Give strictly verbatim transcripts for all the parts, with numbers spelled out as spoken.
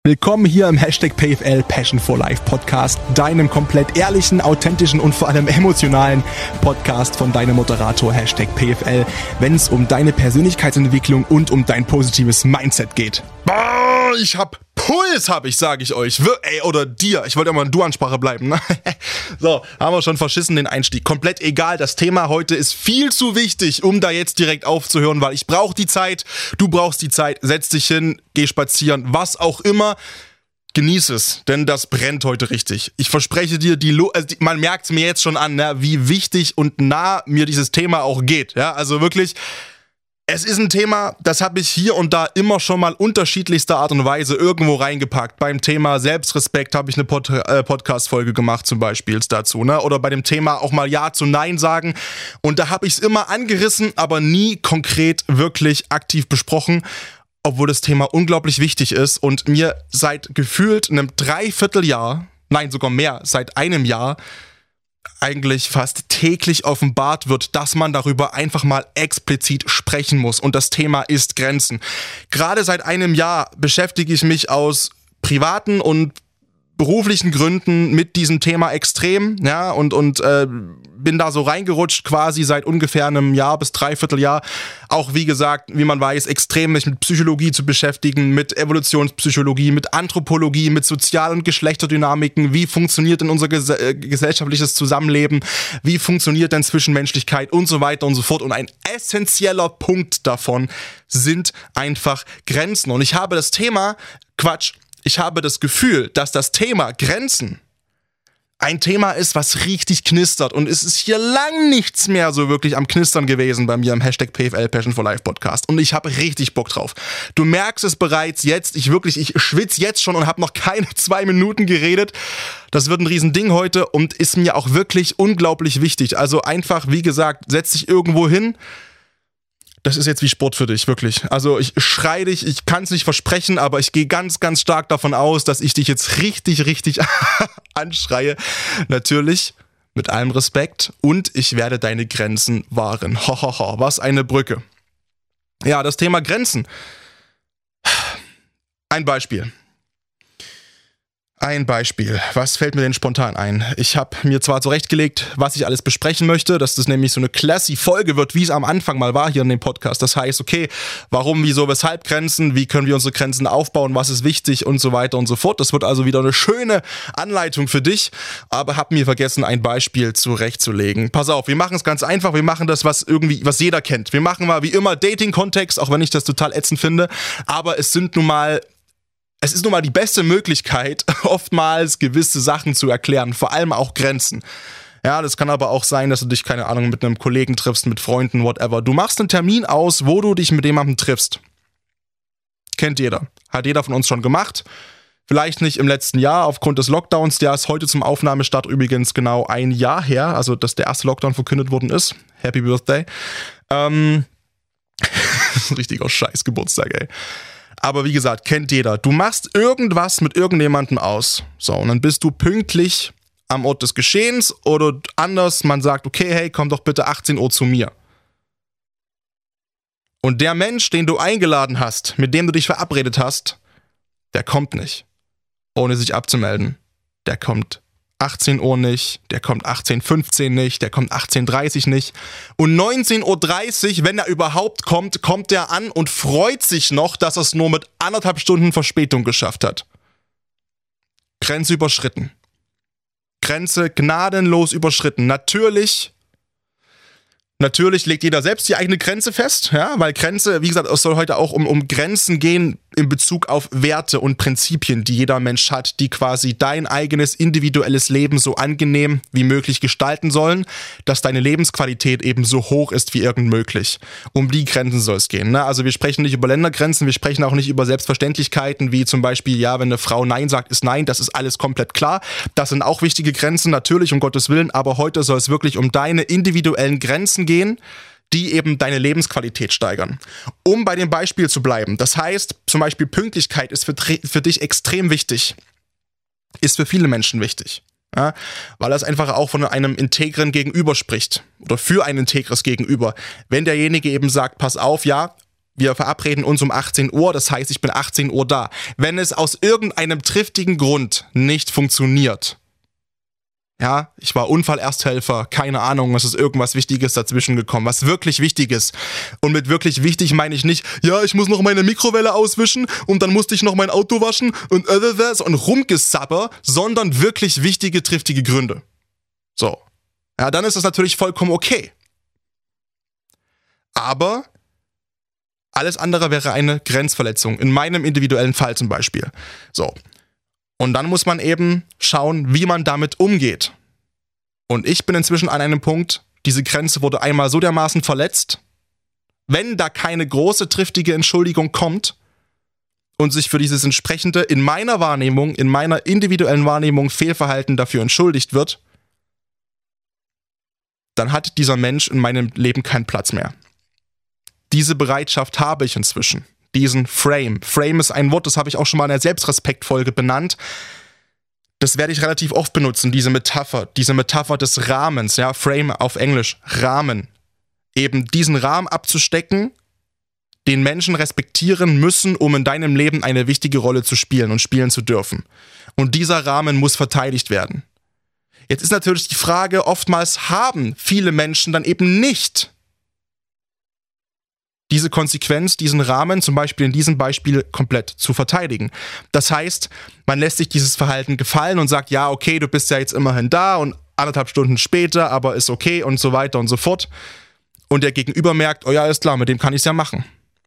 Willkommen hier im Hashtag P F L Passion for Life Podcast, deinem komplett ehrlichen, authentischen und vor allem emotionalen Podcast von deinem Moderator Hashtag P F L, wenn es um deine Persönlichkeitsentwicklung und um dein positives Mindset geht. Boah, ich hab Puls, hab ich, sag ich euch. Wir, ey, oder dir. Ich wollte ja mal in Du-Ansprache bleiben. Ne? So, haben wir schon verschissen den Einstieg. Komplett egal, das Thema heute ist viel zu wichtig, um da jetzt direkt aufzuhören, weil ich brauche die Zeit, du brauchst die Zeit, setz dich hin, geh spazieren, was auch immer. Genieß es, denn das brennt heute richtig. Ich verspreche dir, die Lo- also die, man merkt es mir jetzt schon an, ne, wie wichtig und nah mir dieses Thema auch geht. Ja, also wirklich, es ist ein Thema, das habe ich hier und da immer schon mal unterschiedlichster Art und Weise irgendwo reingepackt. Beim Thema Selbstrespekt habe ich eine Pod- äh, Podcast-Folge gemacht zum Beispiel dazu, ne? Oder bei dem Thema auch mal Ja zu Nein sagen. Und da habe ich es immer angerissen, aber nie konkret wirklich aktiv besprochen, obwohl das Thema unglaublich wichtig ist und mir seit gefühlt einem Dreivierteljahr, nein sogar mehr, seit einem Jahr eigentlich fast täglich offenbart wird, dass man darüber einfach mal explizit sprechen muss. Und das Thema ist Grenzen. Gerade seit einem Jahr beschäftige ich mich aus privaten und beruflichen Gründen mit diesem Thema extrem, ja, und, und äh, bin da so reingerutscht quasi seit ungefähr einem Jahr bis Dreivierteljahr. Auch wie gesagt, wie man weiß, extrem mich mit Psychologie zu beschäftigen, mit Evolutionspsychologie, mit Anthropologie, mit Sozial- und Geschlechterdynamiken. Wie funktioniert denn unser ges- äh, gesellschaftliches Zusammenleben? Wie funktioniert denn Zwischenmenschlichkeit und so weiter und so fort? Und ein essentieller Punkt davon sind einfach Grenzen. Und ich habe das Thema, Quatsch, Ich habe das Gefühl, dass das Thema Grenzen ein Thema ist, was richtig knistert. Und es ist hier lang nichts mehr so wirklich am Knistern gewesen bei mir im Hashtag P F L Passion for Life Podcast. Und ich habe richtig Bock drauf. Du merkst es bereits jetzt. Ich wirklich, ich schwitze jetzt schon und habe noch keine zwei Minuten geredet. Das wird ein Riesending heute und ist mir auch wirklich unglaublich wichtig. Also einfach, wie gesagt, setz dich irgendwo hin. Das ist jetzt wie Sport für dich, wirklich. Also ich schrei dich, ich kann es nicht versprechen, aber ich gehe ganz, ganz stark davon aus, dass ich dich jetzt richtig, richtig anschreie. Natürlich mit allem Respekt und ich werde deine Grenzen wahren. Hohoho, was eine Brücke. Ja, das Thema Grenzen. Ein Beispiel. Ein Beispiel. Was fällt mir denn spontan ein? Ich habe mir zwar zurechtgelegt, was ich alles besprechen möchte, dass das nämlich so eine classy Folge wird, wie es am Anfang mal war hier in dem Podcast. Das heißt, okay, warum, wieso, weshalb Grenzen, wie können wir unsere Grenzen aufbauen, was ist wichtig und so weiter und so fort. Das wird also wieder eine schöne Anleitung für dich, aber habe mir vergessen, ein Beispiel zurechtzulegen. Pass auf, wir machen es ganz einfach, wir machen das, was irgendwie, was jeder kennt. Wir machen mal wie immer Dating-Kontext, auch wenn ich das total ätzend finde, aber es sind nun mal Es ist nun mal die beste Möglichkeit, oftmals gewisse Sachen zu erklären, vor allem auch Grenzen. Ja, das kann aber auch sein, dass du dich, keine Ahnung, mit einem Kollegen triffst, mit Freunden, whatever. Du machst einen Termin aus, wo du dich mit jemandem triffst. Kennt jeder. Hat jeder von uns schon gemacht. Vielleicht nicht im letzten Jahr aufgrund des Lockdowns. Der ist heute zum Aufnahmestart übrigens genau ein Jahr her, also dass der erste Lockdown verkündet worden ist. Happy Birthday. Ähm, richtiger Scheiß Geburtstag, ey. Aber wie gesagt, kennt jeder. Du machst irgendwas mit irgendjemandem aus. So, und dann bist du pünktlich am Ort des Geschehens oder anders, man sagt, okay, hey, komm doch bitte achtzehn Uhr zu mir. Und der Mensch, den du eingeladen hast, mit dem du dich verabredet hast, der kommt nicht, ohne sich abzumelden. Der kommt achtzehn Uhr nicht, der kommt achtzehn Uhr fünfzehn nicht, der kommt achtzehn Uhr dreißig nicht. Und neunzehn Uhr dreißig, wenn er überhaupt kommt, kommt er an und freut sich noch, dass er es nur mit anderthalb Stunden Verspätung geschafft hat. Grenze überschritten. Grenze gnadenlos überschritten. Natürlich, natürlich legt jeder selbst die eigene Grenze fest, ja, weil Grenze, wie gesagt, es soll heute auch um, um Grenzen gehen in Bezug auf Werte und Prinzipien, die jeder Mensch hat, die quasi dein eigenes individuelles Leben so angenehm wie möglich gestalten sollen, dass deine Lebensqualität eben so hoch ist wie irgend möglich. Um die Grenzen soll es gehen. Ne? Also wir sprechen nicht über Ländergrenzen, wir sprechen auch nicht über Selbstverständlichkeiten, wie zum Beispiel, ja, wenn eine Frau Nein sagt, ist Nein, das ist alles komplett klar. Das sind auch wichtige Grenzen, natürlich, um Gottes Willen, aber heute soll es wirklich um deine individuellen Grenzen gehen, die eben deine Lebensqualität steigern. Um bei dem Beispiel zu bleiben, das heißt, zum Beispiel Pünktlichkeit ist für, für dich extrem wichtig, ist für viele Menschen wichtig, ja, weil das einfach auch von einem integren Gegenüber spricht oder für ein integres Gegenüber. Wenn derjenige eben sagt, pass auf, ja, wir verabreden uns um achtzehn Uhr, das heißt, ich bin achtzehn Uhr da. Wenn es aus irgendeinem triftigen Grund nicht funktioniert, ja, ich war Unfallersthelfer, keine Ahnung, es ist irgendwas Wichtiges dazwischen gekommen, was wirklich wichtig ist. Und mit wirklich wichtig meine ich nicht, ja, ich muss noch meine Mikrowelle auswischen und dann musste ich noch mein Auto waschen und äh, so ein Rumgesabber, sondern wirklich wichtige, triftige Gründe. So. Ja, dann ist das natürlich vollkommen okay. Aber alles andere wäre eine Grenzverletzung, in meinem individuellen Fall zum Beispiel. So. Und dann muss man eben schauen, wie man damit umgeht. Und ich bin inzwischen an einem Punkt, diese Grenze wurde einmal so dermaßen verletzt, wenn da keine große, triftige Entschuldigung kommt und sich für dieses entsprechende, in meiner Wahrnehmung, in meiner individuellen Wahrnehmung Fehlverhalten dafür entschuldigt wird, dann hat dieser Mensch in meinem Leben keinen Platz mehr. Diese Bereitschaft habe ich inzwischen. Diesen Frame. Frame ist ein Wort, das habe ich auch schon mal in der Selbstrespekt-Folge benannt. Das werde ich relativ oft benutzen, diese Metapher. Diese Metapher des Rahmens, ja, Frame auf Englisch, Rahmen. Eben diesen Rahmen abzustecken, den Menschen respektieren müssen, um in deinem Leben eine wichtige Rolle zu spielen und spielen zu dürfen. Und dieser Rahmen muss verteidigt werden. Jetzt ist natürlich die Frage, oftmals haben viele Menschen dann eben nicht diese Konsequenz, diesen Rahmen, zum Beispiel in diesem Beispiel, komplett zu verteidigen. Das heißt, man lässt sich dieses Verhalten gefallen und sagt, ja, okay, du bist ja jetzt immerhin da und anderthalb Stunden später, aber ist okay und so weiter und so fort. Und der Gegenüber merkt, oh ja, ist klar, mit dem kann ich es ja machen.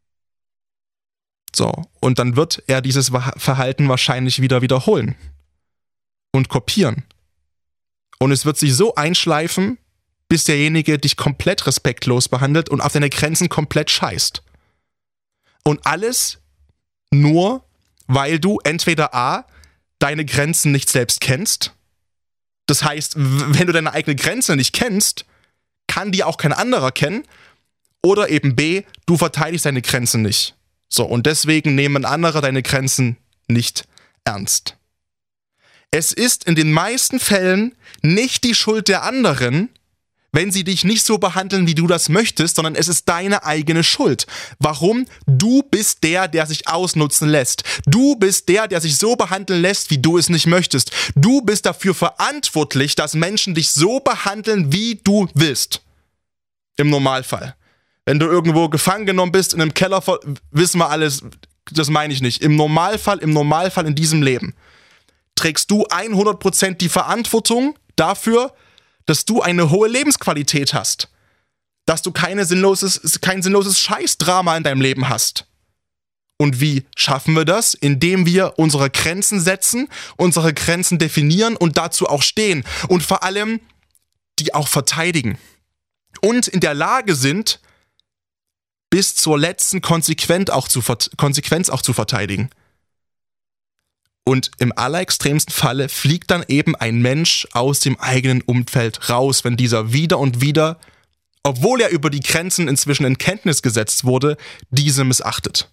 So, und dann wird er dieses Verhalten wahrscheinlich wieder wiederholen und kopieren. Und es wird sich so einschleifen, bis derjenige dich komplett respektlos behandelt und auf deine Grenzen komplett scheißt. Und alles nur, weil du entweder A, deine Grenzen nicht selbst kennst. Das heißt, wenn du deine eigene Grenze nicht kennst, kann die auch kein anderer kennen. Oder eben B, du verteidigst deine Grenzen nicht. So, und deswegen nehmen andere deine Grenzen nicht ernst. Es ist in den meisten Fällen nicht die Schuld der anderen, wenn sie dich nicht so behandeln, wie du das möchtest, sondern es ist deine eigene Schuld. Warum? Du bist der, der sich ausnutzen lässt. Du bist der, der sich so behandeln lässt, wie du es nicht möchtest. Du bist dafür verantwortlich, dass Menschen dich so behandeln, wie du willst. Im Normalfall. Wenn du irgendwo gefangen genommen bist, in einem Keller, wissen wir alles, das meine ich nicht. Im Normalfall, im Normalfall in diesem Leben trägst du hundert Prozent die Verantwortung dafür, dass du eine hohe Lebensqualität hast. Dass du keine sinnloses, kein sinnloses Scheißdrama in deinem Leben hast. Und wie schaffen wir das? Indem wir unsere Grenzen setzen, unsere Grenzen definieren und dazu auch stehen. Und vor allem die auch verteidigen. Und in der Lage sind, bis zur letzten Konsequenz auch zu, Konsequenz auch zu verteidigen. Und im allerextremsten Falle fliegt dann eben ein Mensch aus dem eigenen Umfeld raus, wenn dieser wieder und wieder, obwohl er über die Grenzen inzwischen in Kenntnis gesetzt wurde, diese missachtet.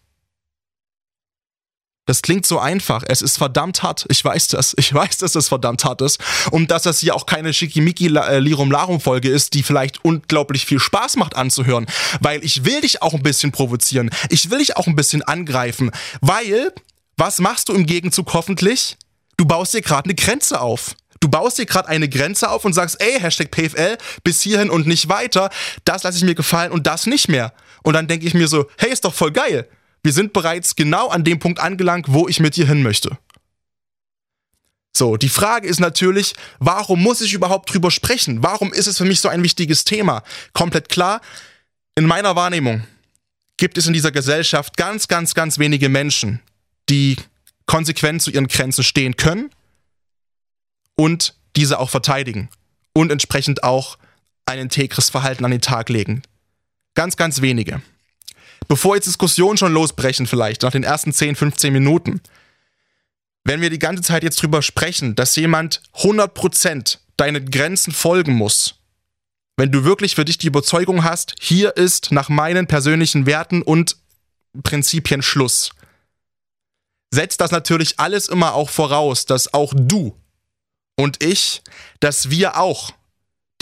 Das klingt so einfach, es ist verdammt hart, ich weiß das, ich weiß, dass das verdammt hart ist und dass das hier auch keine Schickimicki-Lirum-Larum-Folge ist, die vielleicht unglaublich viel Spaß macht anzuhören, weil ich will dich auch ein bisschen provozieren, ich will dich auch ein bisschen angreifen, weil... Was machst du im Gegenzug hoffentlich? Du baust dir gerade eine Grenze auf. Du baust dir gerade eine Grenze auf und sagst, ey, Hashtag P F L, bis hierhin und nicht weiter, das lasse ich mir gefallen und das nicht mehr. Und dann denke ich mir so, hey, ist doch voll geil. Wir sind bereits genau an dem Punkt angelangt, wo ich mit dir hin möchte. So, die Frage ist natürlich, warum muss ich überhaupt drüber sprechen? Warum ist es für mich so ein wichtiges Thema? Komplett klar, in meiner Wahrnehmung gibt es in dieser Gesellschaft ganz, ganz, ganz wenige Menschen, die konsequent zu ihren Grenzen stehen können und diese auch verteidigen und entsprechend auch ein integres Verhalten an den Tag legen. Ganz, ganz wenige. Bevor jetzt Diskussionen schon losbrechen vielleicht, nach den ersten zehn, fünfzehn Minuten, wenn wir die ganze Zeit jetzt drüber sprechen, dass jemand hundert Prozent deinen Grenzen folgen muss, wenn du wirklich für dich die Überzeugung hast, hier ist nach meinen persönlichen Werten und Prinzipien Schluss, setzt das natürlich alles immer auch voraus, dass auch du und ich, dass wir auch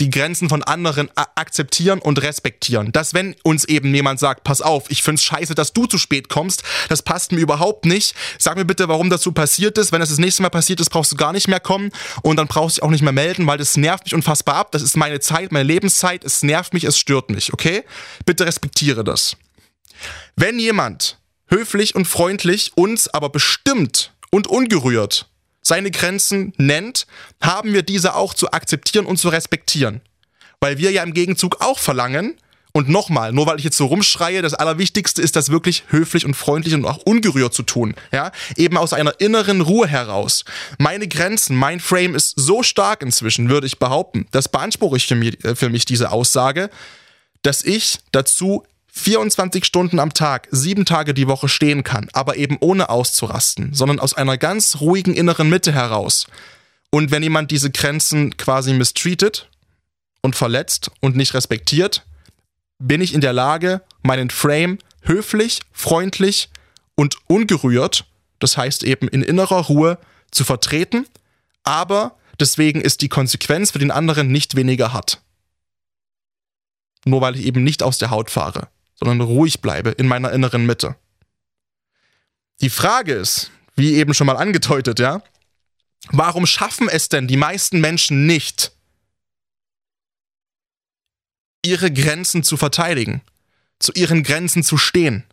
die Grenzen von anderen a- akzeptieren und respektieren. Dass wenn uns eben jemand sagt, pass auf, ich find's scheiße, dass du zu spät kommst, das passt mir überhaupt nicht, sag mir bitte, warum das so passiert ist, wenn das das nächste Mal passiert ist, brauchst du gar nicht mehr kommen und dann brauchst du dich auch nicht mehr melden, weil das nervt mich unfassbar ab, das ist meine Zeit, meine Lebenszeit, es nervt mich, es stört mich, okay? Bitte respektiere das. Wenn jemand höflich und freundlich uns aber bestimmt und ungerührt seine Grenzen nennt, haben wir diese auch zu akzeptieren und zu respektieren. Weil wir ja im Gegenzug auch verlangen, und nochmal, nur weil ich jetzt so rumschreie, das Allerwichtigste ist, das wirklich höflich und freundlich und auch ungerührt zu tun. Ja? Eben aus einer inneren Ruhe heraus. Meine Grenzen, mein Frame ist so stark inzwischen, würde ich behaupten, das beanspruche ich für mich, für mich diese Aussage, dass ich dazu vierundzwanzig Stunden am Tag, sieben Tage die Woche stehen kann, aber eben ohne auszurasten, sondern aus einer ganz ruhigen inneren Mitte heraus. Und wenn jemand diese Grenzen quasi mistreatet und verletzt und nicht respektiert, bin ich in der Lage, meinen Frame höflich, freundlich und ungerührt, das heißt eben in innerer Ruhe, zu vertreten, aber deswegen ist die Konsequenz für den anderen nicht weniger hart. Nur weil ich eben nicht aus der Haut fahre, sondern ruhig bleibe in meiner inneren Mitte. Die Frage ist, wie eben schon mal angedeutet, ja, warum schaffen es denn die meisten Menschen nicht, ihre Grenzen zu verteidigen, zu ihren Grenzen zu stehen?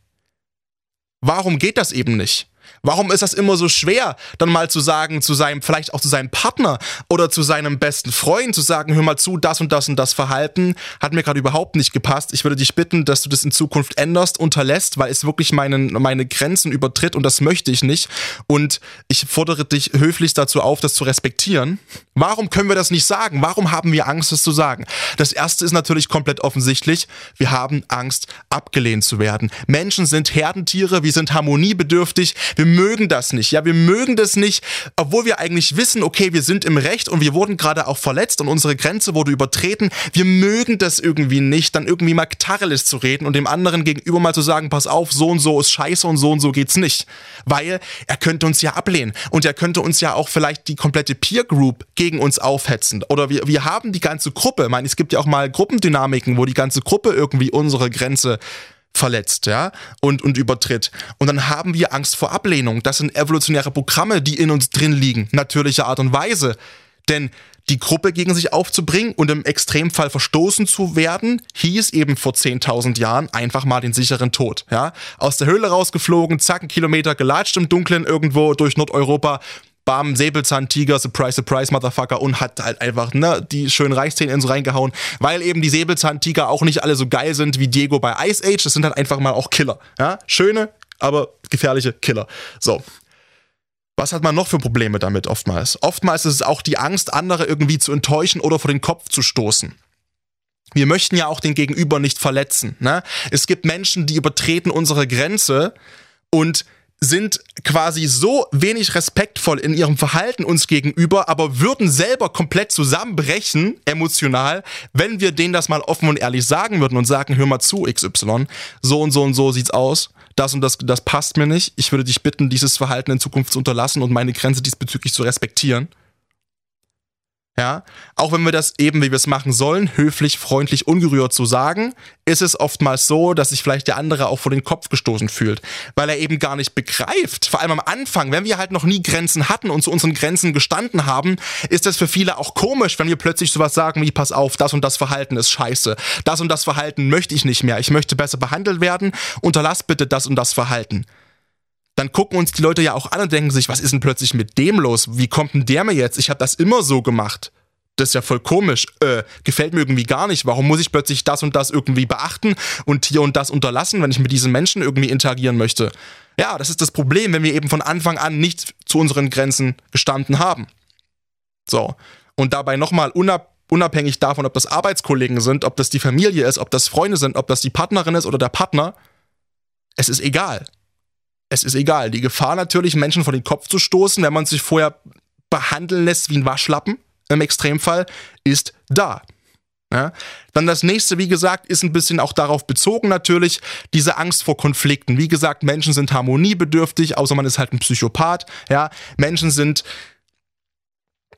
Warum geht das eben nicht? Warum ist das immer so schwer, dann mal zu sagen, zu seinem, vielleicht auch zu seinem Partner oder zu seinem besten Freund, zu sagen, hör mal zu, das und das und das Verhalten hat mir gerade überhaupt nicht gepasst. Ich würde dich bitten, dass du das in Zukunft änderst, unterlässt, weil es wirklich meinen, meine Grenzen übertritt und das möchte ich nicht. Und ich fordere dich höflichst dazu auf, das zu respektieren. Warum können wir das nicht sagen? Warum haben wir Angst, das zu sagen? Das erste ist natürlich komplett offensichtlich. Wir haben Angst, abgelehnt zu werden. Menschen sind Herdentiere, wir sind harmoniebedürftig, wir mögen das nicht. Ja, wir mögen das nicht, obwohl wir eigentlich wissen, okay, wir sind im Recht und wir wurden gerade auch verletzt und unsere Grenze wurde übertreten. Wir mögen das irgendwie nicht, dann irgendwie mal Tacheles zu reden und dem anderen gegenüber mal zu sagen, pass auf, so und so ist scheiße und so und so geht's nicht. Weil er könnte uns ja ablehnen und er könnte uns ja auch vielleicht die komplette Peer Group gegen uns aufhetzen. Oder wir, wir haben die ganze Gruppe. Ich meine, es gibt ja auch mal Gruppendynamiken, wo die ganze Gruppe irgendwie unsere Grenze verletzt, ja, und, und übertritt. Und dann haben wir Angst vor Ablehnung. Das sind evolutionäre Programme, die in uns drin liegen, natürliche Art und Weise. Denn die Gruppe gegen sich aufzubringen und im Extremfall verstoßen zu werden, hieß eben vor zehntausend Jahren einfach mal den sicheren Tod, ja. Aus der Höhle rausgeflogen, zack, einen Kilometer gelatscht im Dunkeln irgendwo durch Nordeuropa, bam, Säbelzahntiger, surprise, surprise, Motherfucker, und hat halt einfach, ne, die schönen Reichszähne in so reingehauen, weil eben die Säbelzahntiger auch nicht alle so geil sind wie Diego bei Ice Age, das sind halt einfach mal auch Killer, ja, schöne, aber gefährliche Killer. So. Was hat man noch für Probleme damit oftmals? Oftmals ist es auch die Angst, andere irgendwie zu enttäuschen oder vor den Kopf zu stoßen. Wir möchten ja auch den Gegenüber nicht verletzen, ne? Es gibt Menschen, die übertreten unsere Grenze und sind quasi so wenig respektvoll in ihrem Verhalten uns gegenüber, aber würden selber komplett zusammenbrechen, emotional, wenn wir denen das mal offen und ehrlich sagen würden und sagen, hör mal zu, X Y, so und so und so sieht's aus, das und das, das passt mir nicht, ich würde dich bitten, dieses Verhalten in Zukunft zu unterlassen und meine Grenze diesbezüglich zu respektieren. Ja, auch wenn wir das eben, wie wir es machen sollen, höflich, freundlich, ungerührt zu sagen, ist es oftmals so, dass sich vielleicht der andere auch vor den Kopf gestoßen fühlt, weil er eben gar nicht begreift. Vor allem am Anfang, wenn wir halt noch nie Grenzen hatten und zu unseren Grenzen gestanden haben, ist das für viele auch komisch, wenn wir plötzlich sowas sagen wie, pass auf, das und das Verhalten ist scheiße, das und das Verhalten möchte ich nicht mehr, ich möchte besser behandelt werden, unterlass bitte das und das Verhalten. Dann gucken uns die Leute ja auch an und denken sich, was ist denn plötzlich mit dem los? Wie kommt denn der mir jetzt? Ich habe das immer so gemacht. Das ist ja voll komisch. Äh, gefällt mir irgendwie gar nicht. Warum muss ich plötzlich das und das irgendwie beachten und hier und das unterlassen, wenn ich mit diesen Menschen irgendwie interagieren möchte? Ja, das ist das Problem, wenn wir eben von Anfang an nicht zu unseren Grenzen gestanden haben. So. Und dabei nochmal unab- unabhängig davon, ob das Arbeitskollegen sind, ob das die Familie ist, ob das Freunde sind, ob das die Partnerin ist oder der Partner, es ist egal. Es ist egal. Die Gefahr natürlich, Menschen vor den Kopf zu stoßen, wenn man sich vorher behandeln lässt wie ein Waschlappen, im Extremfall, ist da. Ja? Dann das nächste, wie gesagt, ist ein bisschen auch darauf bezogen natürlich, diese Angst vor Konflikten. Wie gesagt, Menschen sind harmoniebedürftig, außer man ist halt ein Psychopath. Ja? Menschen sind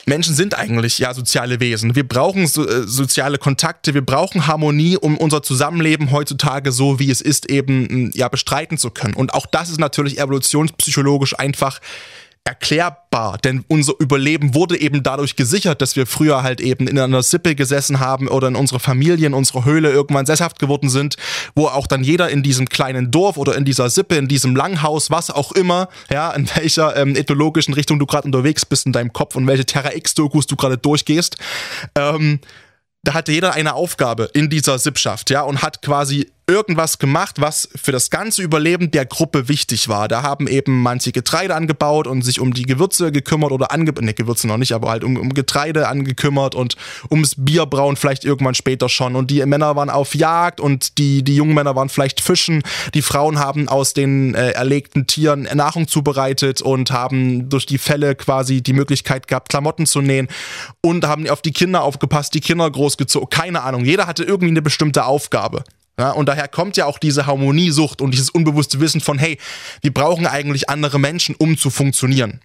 Menschen sind eigentlich ja soziale Wesen. Wir brauchen so, äh, soziale Kontakte, wir brauchen Harmonie, um unser Zusammenleben heutzutage so, wie es ist, eben ja bestreiten zu können. Und auch das ist natürlich evolutionspsychologisch einfach erklärbar, denn unser Überleben wurde eben dadurch gesichert, dass wir früher halt eben in einer Sippe gesessen haben oder in unserer Familie, in unserer Höhle irgendwann sesshaft geworden sind, wo auch dann jeder in diesem kleinen Dorf oder in dieser Sippe, in diesem Langhaus, was auch immer, ja, in welcher ähm, ethnologischen Richtung du gerade unterwegs bist in deinem Kopf und welche Terra-X-Dokus du gerade durchgehst, ähm, da hatte jeder eine Aufgabe in dieser Sippschaft, ja, und hat quasi irgendwas gemacht, was für das ganze Überleben der Gruppe wichtig war. Da haben eben manche Getreide angebaut und sich um die Gewürze gekümmert oder ange... Ne, Gewürze noch nicht, aber halt um, um Getreide angekümmert und ums Bierbrauen vielleicht irgendwann später schon. Und die Männer waren auf Jagd und die, die jungen Männer waren vielleicht fischen. Die Frauen haben aus den äh, erlegten Tieren Nahrung zubereitet und haben durch die Felle quasi die Möglichkeit gehabt, Klamotten zu nähen und haben auf die Kinder aufgepasst, die Kinder großgezogen. Keine Ahnung, jeder hatte irgendwie eine bestimmte Aufgabe. Ja, und daher kommt ja auch diese Harmoniesucht und dieses unbewusste Wissen von, hey, wir brauchen eigentlich andere Menschen, um zu funktionieren.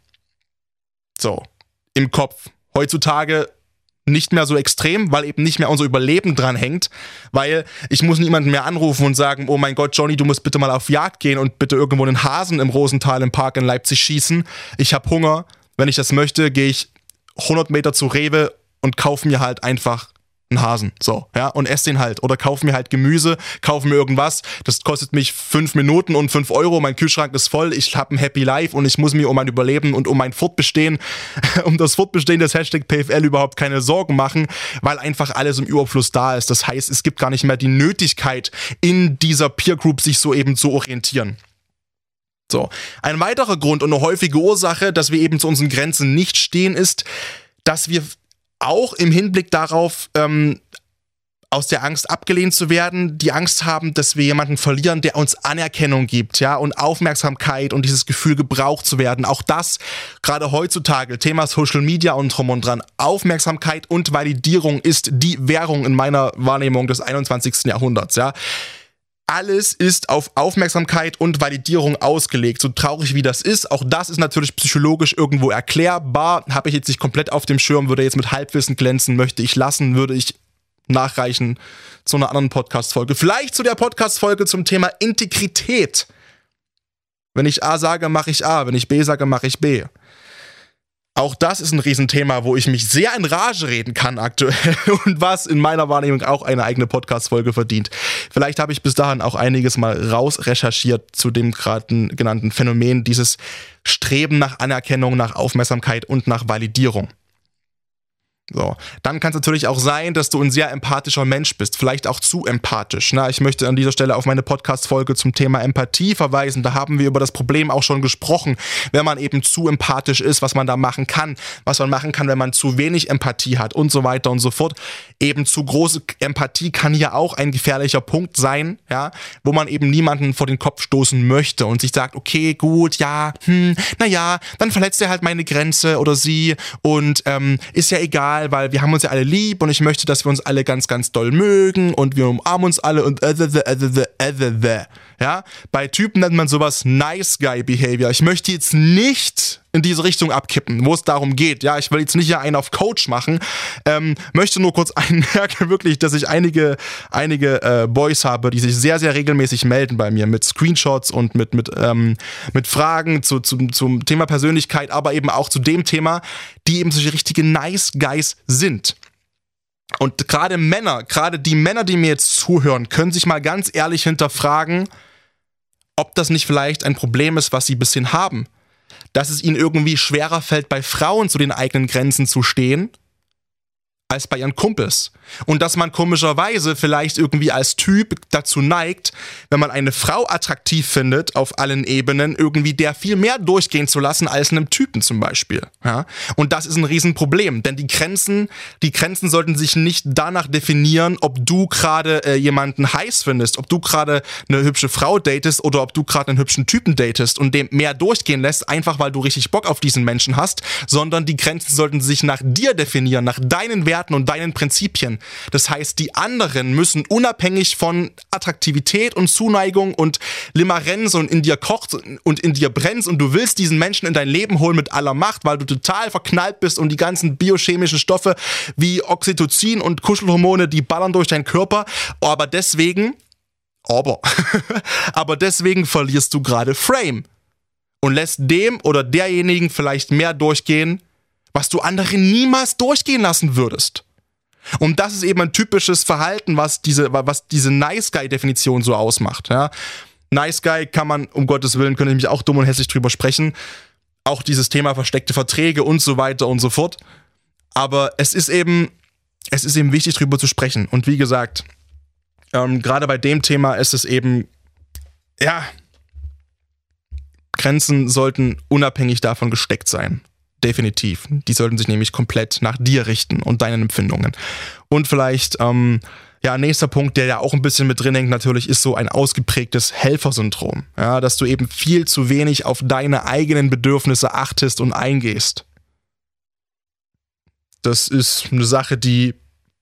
So, im Kopf. Heutzutage nicht mehr so extrem, weil eben nicht mehr unser Überleben dran hängt, weil ich muss niemanden mehr anrufen und sagen, oh mein Gott, Johnny, du musst bitte mal auf Jagd gehen und bitte irgendwo einen Hasen im Rosenthal im Park in Leipzig schießen. Ich habe Hunger. Wenn ich das möchte, gehe ich hundert Meter zu Rewe und kaufe mir halt einfach einen Hasen, so, ja, und esse den halt. Oder kauf mir halt Gemüse, kauf mir irgendwas, das kostet mich fünf Minuten und fünf Euro, mein Kühlschrank ist voll, ich habe ein Happy Life und ich muss mir um mein Überleben und um mein Fortbestehen, um das Fortbestehen des Hashtag P F L überhaupt keine Sorgen machen, weil einfach alles im Überfluss da ist. Das heißt, es gibt gar nicht mehr die Nötigkeit, in dieser Peer Group sich so eben zu orientieren. So, ein weiterer Grund und eine häufige Ursache, dass wir eben zu unseren Grenzen nicht stehen, ist, dass wir auch im Hinblick darauf, ähm, aus der Angst abgelehnt zu werden, die Angst haben, dass wir jemanden verlieren, der uns Anerkennung gibt, ja, und Aufmerksamkeit und dieses Gefühl, gebraucht zu werden. Auch das, gerade heutzutage, Thema Social Media und drum und dran, Aufmerksamkeit und Validierung ist die Währung in meiner Wahrnehmung des einundzwanzigsten Jahrhunderts, ja. Alles ist auf Aufmerksamkeit und Validierung ausgelegt, so traurig wie das ist. Auch das ist natürlich psychologisch irgendwo erklärbar. Habe ich jetzt nicht komplett auf dem Schirm, würde jetzt mit Halbwissen glänzen, möchte ich lassen, würde ich nachreichen zu einer anderen Podcast-Folge. Vielleicht zu der Podcast-Folge zum Thema Integrität. Wenn ich A sage, mache ich A. Wenn ich B sage, mache ich B. Auch das ist ein Riesenthema, wo ich mich sehr in Rage reden kann aktuell und was in meiner Wahrnehmung auch eine eigene Podcast-Folge verdient. Vielleicht habe ich bis dahin auch einiges mal rausrecherchiert zu dem gerade genannten Phänomen, dieses Streben nach Anerkennung, nach Aufmerksamkeit und nach Validierung. So, dann kann es natürlich auch sein, dass du ein sehr empathischer Mensch bist, vielleicht auch zu empathisch. Na, ich möchte an dieser Stelle auf meine Podcast-Folge zum Thema Empathie verweisen. Da haben wir über das Problem auch schon gesprochen, wenn man eben zu empathisch ist, was man da machen kann, was man machen kann, wenn man zu wenig Empathie hat und so weiter und so fort. Eben zu große Empathie kann hier auch ein gefährlicher Punkt sein, ja, wo man eben niemanden vor den Kopf stoßen möchte und sich sagt, okay, gut, ja, hm, naja, dann verletzt er halt meine Grenze oder sie und ähm, ist ja egal, weil wir haben uns ja alle lieb und ich möchte, dass wir uns alle ganz, ganz doll mögen und wir umarmen uns alle und ja, bei Typen nennt man sowas Nice Guy Behavior. Ich möchte jetzt nicht in diese Richtung abkippen, wo es darum geht. Ja, ich will jetzt nicht hier einen auf Coach machen, ähm, möchte nur kurz einmerken, wirklich, dass ich einige, einige äh, Boys habe, die sich sehr, sehr regelmäßig melden bei mir mit Screenshots und mit, mit, ähm, mit Fragen zu, zu, zum Thema Persönlichkeit, aber eben auch zu dem Thema, die eben solche richtige Nice Guys sind. Und gerade Männer, gerade die Männer, die mir jetzt zuhören, können sich mal ganz ehrlich hinterfragen, ob das nicht vielleicht ein Problem ist, was sie ein bisschen haben. Dass es ihnen irgendwie schwerer fällt, bei Frauen zu den eigenen Grenzen zu stehen, als bei ihren Kumpels. Und dass man komischerweise vielleicht irgendwie als Typ dazu neigt, wenn man eine Frau attraktiv findet, auf allen Ebenen, irgendwie der viel mehr durchgehen zu lassen als einem Typen zum Beispiel. Ja? Und das ist ein Riesenproblem, denn die Grenzen, die Grenzen sollten sich nicht danach definieren, ob du gerade äh, jemanden heiß findest, ob du gerade eine hübsche Frau datest oder ob du gerade einen hübschen Typen datest und dem mehr durchgehen lässt, einfach weil du richtig Bock auf diesen Menschen hast, sondern die Grenzen sollten sich nach dir definieren, nach deinen Werten, Werten und deinen Prinzipien. Das heißt, die anderen müssen unabhängig von Attraktivität und Zuneigung und Limerenz und in dir kocht und in dir brennt und du willst diesen Menschen in dein Leben holen mit aller Macht, weil du total verknallt bist und die ganzen biochemischen Stoffe wie Oxytocin und Kuschelhormone, die ballern durch deinen Körper, aber deswegen, aber, aber deswegen verlierst du gerade Frame und lässt dem oder derjenigen vielleicht mehr durchgehen, was du anderen niemals durchgehen lassen würdest. Und das ist eben ein typisches Verhalten, was diese, was diese Nice-Guy-Definition so ausmacht. Ja? Nice Guy kann man, um Gottes Willen, könnte ich mich auch dumm und hässlich drüber sprechen. Auch dieses Thema versteckte Verträge und so weiter und so fort. Aber es ist eben, es ist eben wichtig, drüber zu sprechen. Und wie gesagt, ähm, gerade bei dem Thema ist es eben, ja, Grenzen sollten unabhängig davon gesteckt sein. Definitiv. Die sollten sich nämlich komplett nach dir richten und deinen Empfindungen. Und vielleicht, ähm, ja, nächster Punkt, der ja auch ein bisschen mit drin hängt, natürlich, ist so ein ausgeprägtes Helfersyndrom. Ja, dass du eben viel zu wenig auf deine eigenen Bedürfnisse achtest und eingehst. Das ist eine Sache, die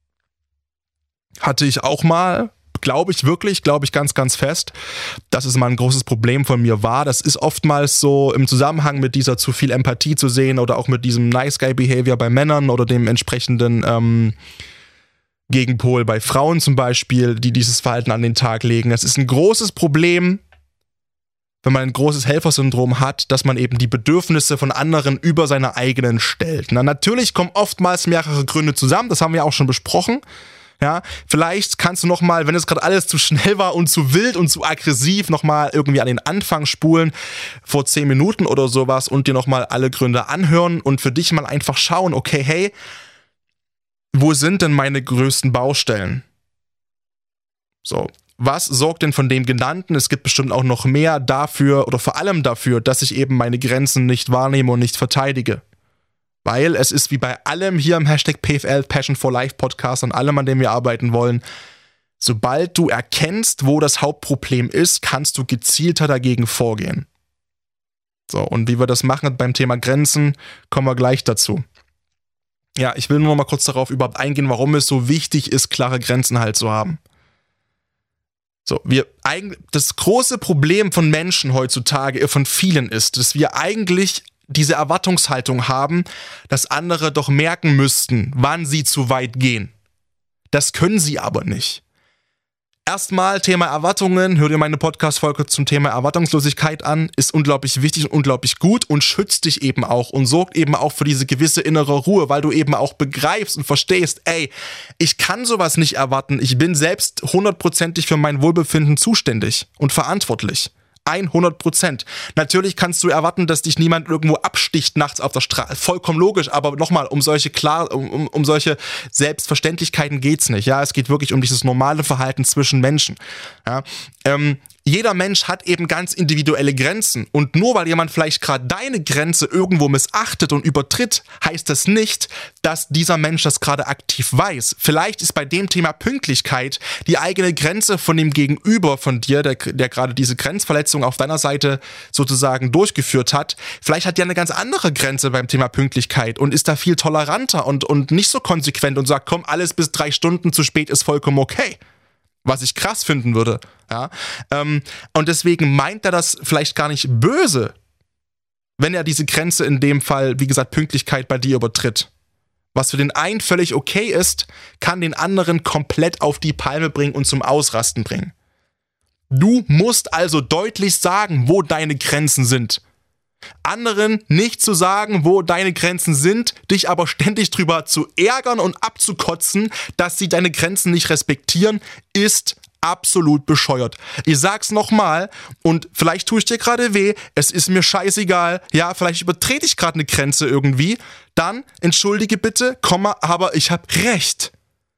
hatte ich auch mal, glaube ich wirklich, glaube ich ganz, ganz fest, dass es mal ein großes Problem von mir war. Das ist oftmals so im Zusammenhang mit dieser zu viel Empathie zu sehen oder auch mit diesem Nice-Guy-Behavior bei Männern oder dem entsprechenden ähm, Gegenpol bei Frauen zum Beispiel, die dieses Verhalten an den Tag legen. Das ist ein großes Problem, wenn man ein großes Helfersyndrom hat, dass man eben die Bedürfnisse von anderen über seine eigenen stellt. Na, natürlich kommen oftmals mehrere Gründe zusammen, das haben wir auch schon besprochen. Ja, vielleicht kannst du nochmal, wenn es gerade alles zu schnell war und zu wild und zu aggressiv, nochmal irgendwie an den Anfang spulen vor zehn Minuten oder sowas und dir nochmal alle Gründe anhören und für dich mal einfach schauen, okay, hey, wo sind denn meine größten Baustellen? So, was sorgt denn von dem Genannten? Es gibt bestimmt auch noch mehr dafür oder vor allem dafür, dass ich eben meine Grenzen nicht wahrnehme und nicht verteidige. Weil es ist wie bei allem hier im Hashtag P F L, Passion for Life Podcast, an allem, an dem wir arbeiten wollen, sobald du erkennst, wo das Hauptproblem ist, kannst du gezielter dagegen vorgehen. So, und wie wir das machen beim Thema Grenzen, kommen wir gleich dazu. Ja, ich will nur noch mal kurz darauf überhaupt eingehen, warum es so wichtig ist, klare Grenzen halt zu haben. So, wir eigentlich, das große Problem von Menschen heutzutage, von vielen ist, dass wir eigentlich diese Erwartungshaltung haben, dass andere doch merken müssten, wann sie zu weit gehen. Das können sie aber nicht. Erstmal Thema Erwartungen, hör dir meine Podcast-Folge zum Thema Erwartungslosigkeit an, ist unglaublich wichtig und unglaublich gut und schützt dich eben auch und sorgt eben auch für diese gewisse innere Ruhe, weil du eben auch begreifst und verstehst, ey, ich kann sowas nicht erwarten, ich bin selbst hundertprozentig für mein Wohlbefinden zuständig und verantwortlich. hundert Prozent. Natürlich kannst du erwarten, dass dich niemand irgendwo absticht nachts auf der Straße. Vollkommen logisch, aber nochmal, um solche klar, um, um, um solche Selbstverständlichkeiten geht's nicht. Ja, es geht wirklich um dieses normale Verhalten zwischen Menschen. Ja, ähm, jeder Mensch hat eben ganz individuelle Grenzen und nur weil jemand vielleicht gerade deine Grenze irgendwo missachtet und übertritt, heißt das nicht, dass dieser Mensch das gerade aktiv weiß. Vielleicht ist bei dem Thema Pünktlichkeit die eigene Grenze von dem Gegenüber von dir, der, der gerade diese Grenzverletzung auf deiner Seite sozusagen durchgeführt hat, vielleicht hat der eine ganz andere Grenze beim Thema Pünktlichkeit und ist da viel toleranter und, und nicht so konsequent und sagt, komm, alles bis drei Stunden zu spät ist vollkommen okay. Was ich krass finden würde. Ja? Ähm, und deswegen meint er das vielleicht gar nicht böse, wenn er diese Grenze in dem Fall, wie gesagt, Pünktlichkeit bei dir übertritt. Was für den einen völlig okay ist, kann den anderen komplett auf die Palme bringen und zum Ausrasten bringen. Du musst also deutlich sagen, wo deine Grenzen sind. Anderen nicht zu sagen, wo deine Grenzen sind, dich aber ständig drüber zu ärgern und abzukotzen, dass sie deine Grenzen nicht respektieren, ist absolut bescheuert. Ich sag's nochmal und vielleicht tue ich dir gerade weh, es ist mir scheißegal, ja, vielleicht übertrete ich gerade eine Grenze irgendwie, dann entschuldige bitte, Komma, aber ich hab recht.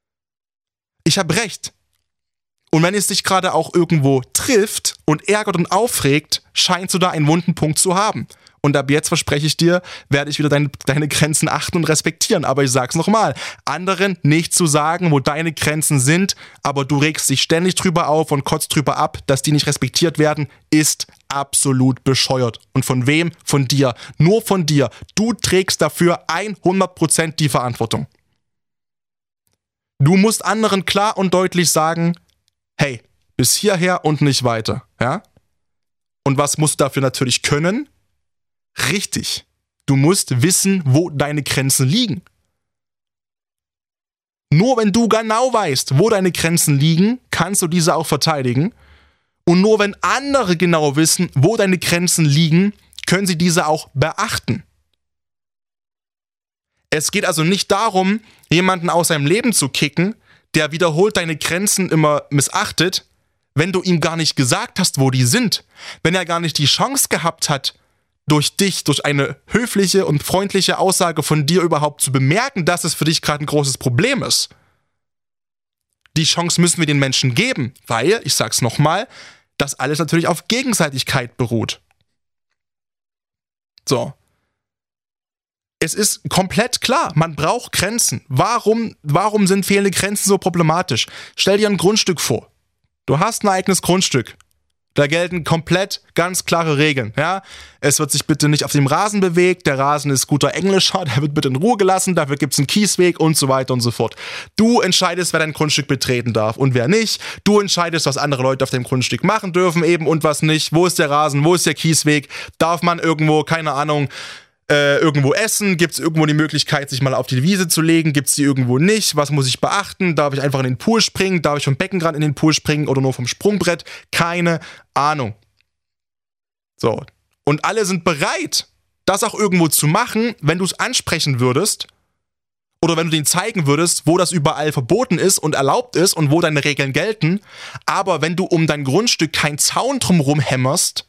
Ich hab recht. Und wenn es dich gerade auch irgendwo trifft und ärgert und aufregt, scheinst du da einen wunden Punkt zu haben. Und ab jetzt, verspreche ich dir, werde ich wieder deine, deine Grenzen achten und respektieren. Aber ich sag's nochmal, anderen nicht zu sagen, wo deine Grenzen sind, aber du regst dich ständig drüber auf und kotzt drüber ab, dass die nicht respektiert werden, ist absolut bescheuert. Und von wem? Von dir. Nur von dir. Du trägst dafür hundert Prozent die Verantwortung. Du musst anderen klar und deutlich sagen, hey, bis hierher und nicht weiter, ja? Und was musst du dafür natürlich können? Richtig, du musst wissen, wo deine Grenzen liegen. Nur wenn du genau weißt, wo deine Grenzen liegen, kannst du diese auch verteidigen. Und nur wenn andere genau wissen, wo deine Grenzen liegen, können sie diese auch beachten. Es geht also nicht darum, jemanden aus seinem Leben zu kicken, der wiederholt deine Grenzen immer missachtet, wenn du ihm gar nicht gesagt hast, wo die sind. Wenn er gar nicht die Chance gehabt hat, durch dich, durch eine höfliche und freundliche Aussage von dir überhaupt zu bemerken, dass es für dich gerade ein großes Problem ist. Die Chance müssen wir den Menschen geben, weil, ich sag's nochmal, das alles natürlich auf Gegenseitigkeit beruht. So. Es ist komplett klar, man braucht Grenzen. Warum, warum sind fehlende Grenzen so problematisch? Stell dir ein Grundstück vor. Du hast ein eigenes Grundstück. Da gelten komplett ganz klare Regeln. Ja? Es wird sich bitte nicht auf dem Rasen bewegt, der Rasen ist guter Englischer, der wird bitte in Ruhe gelassen, dafür gibt es einen Kiesweg und so weiter und so fort. Du entscheidest, wer dein Grundstück betreten darf und wer nicht. Du entscheidest, was andere Leute auf dem Grundstück machen dürfen eben und was nicht. Wo ist der Rasen, wo ist der Kiesweg? Darf man irgendwo, keine Ahnung, Äh, irgendwo essen? Gibt es irgendwo die Möglichkeit, sich mal auf die Wiese zu legen? Gibt es die irgendwo nicht? Was muss ich beachten? Darf ich einfach in den Pool springen? Darf ich vom Beckenrand in den Pool springen oder nur vom Sprungbrett? Keine Ahnung. So. Und alle sind bereit, das auch irgendwo zu machen, wenn du es ansprechen würdest oder wenn du denen zeigen würdest, wo das überall verboten ist und erlaubt ist und wo deine Regeln gelten. Aber wenn du um dein Grundstück keinen Zaun drumherum hämmerst,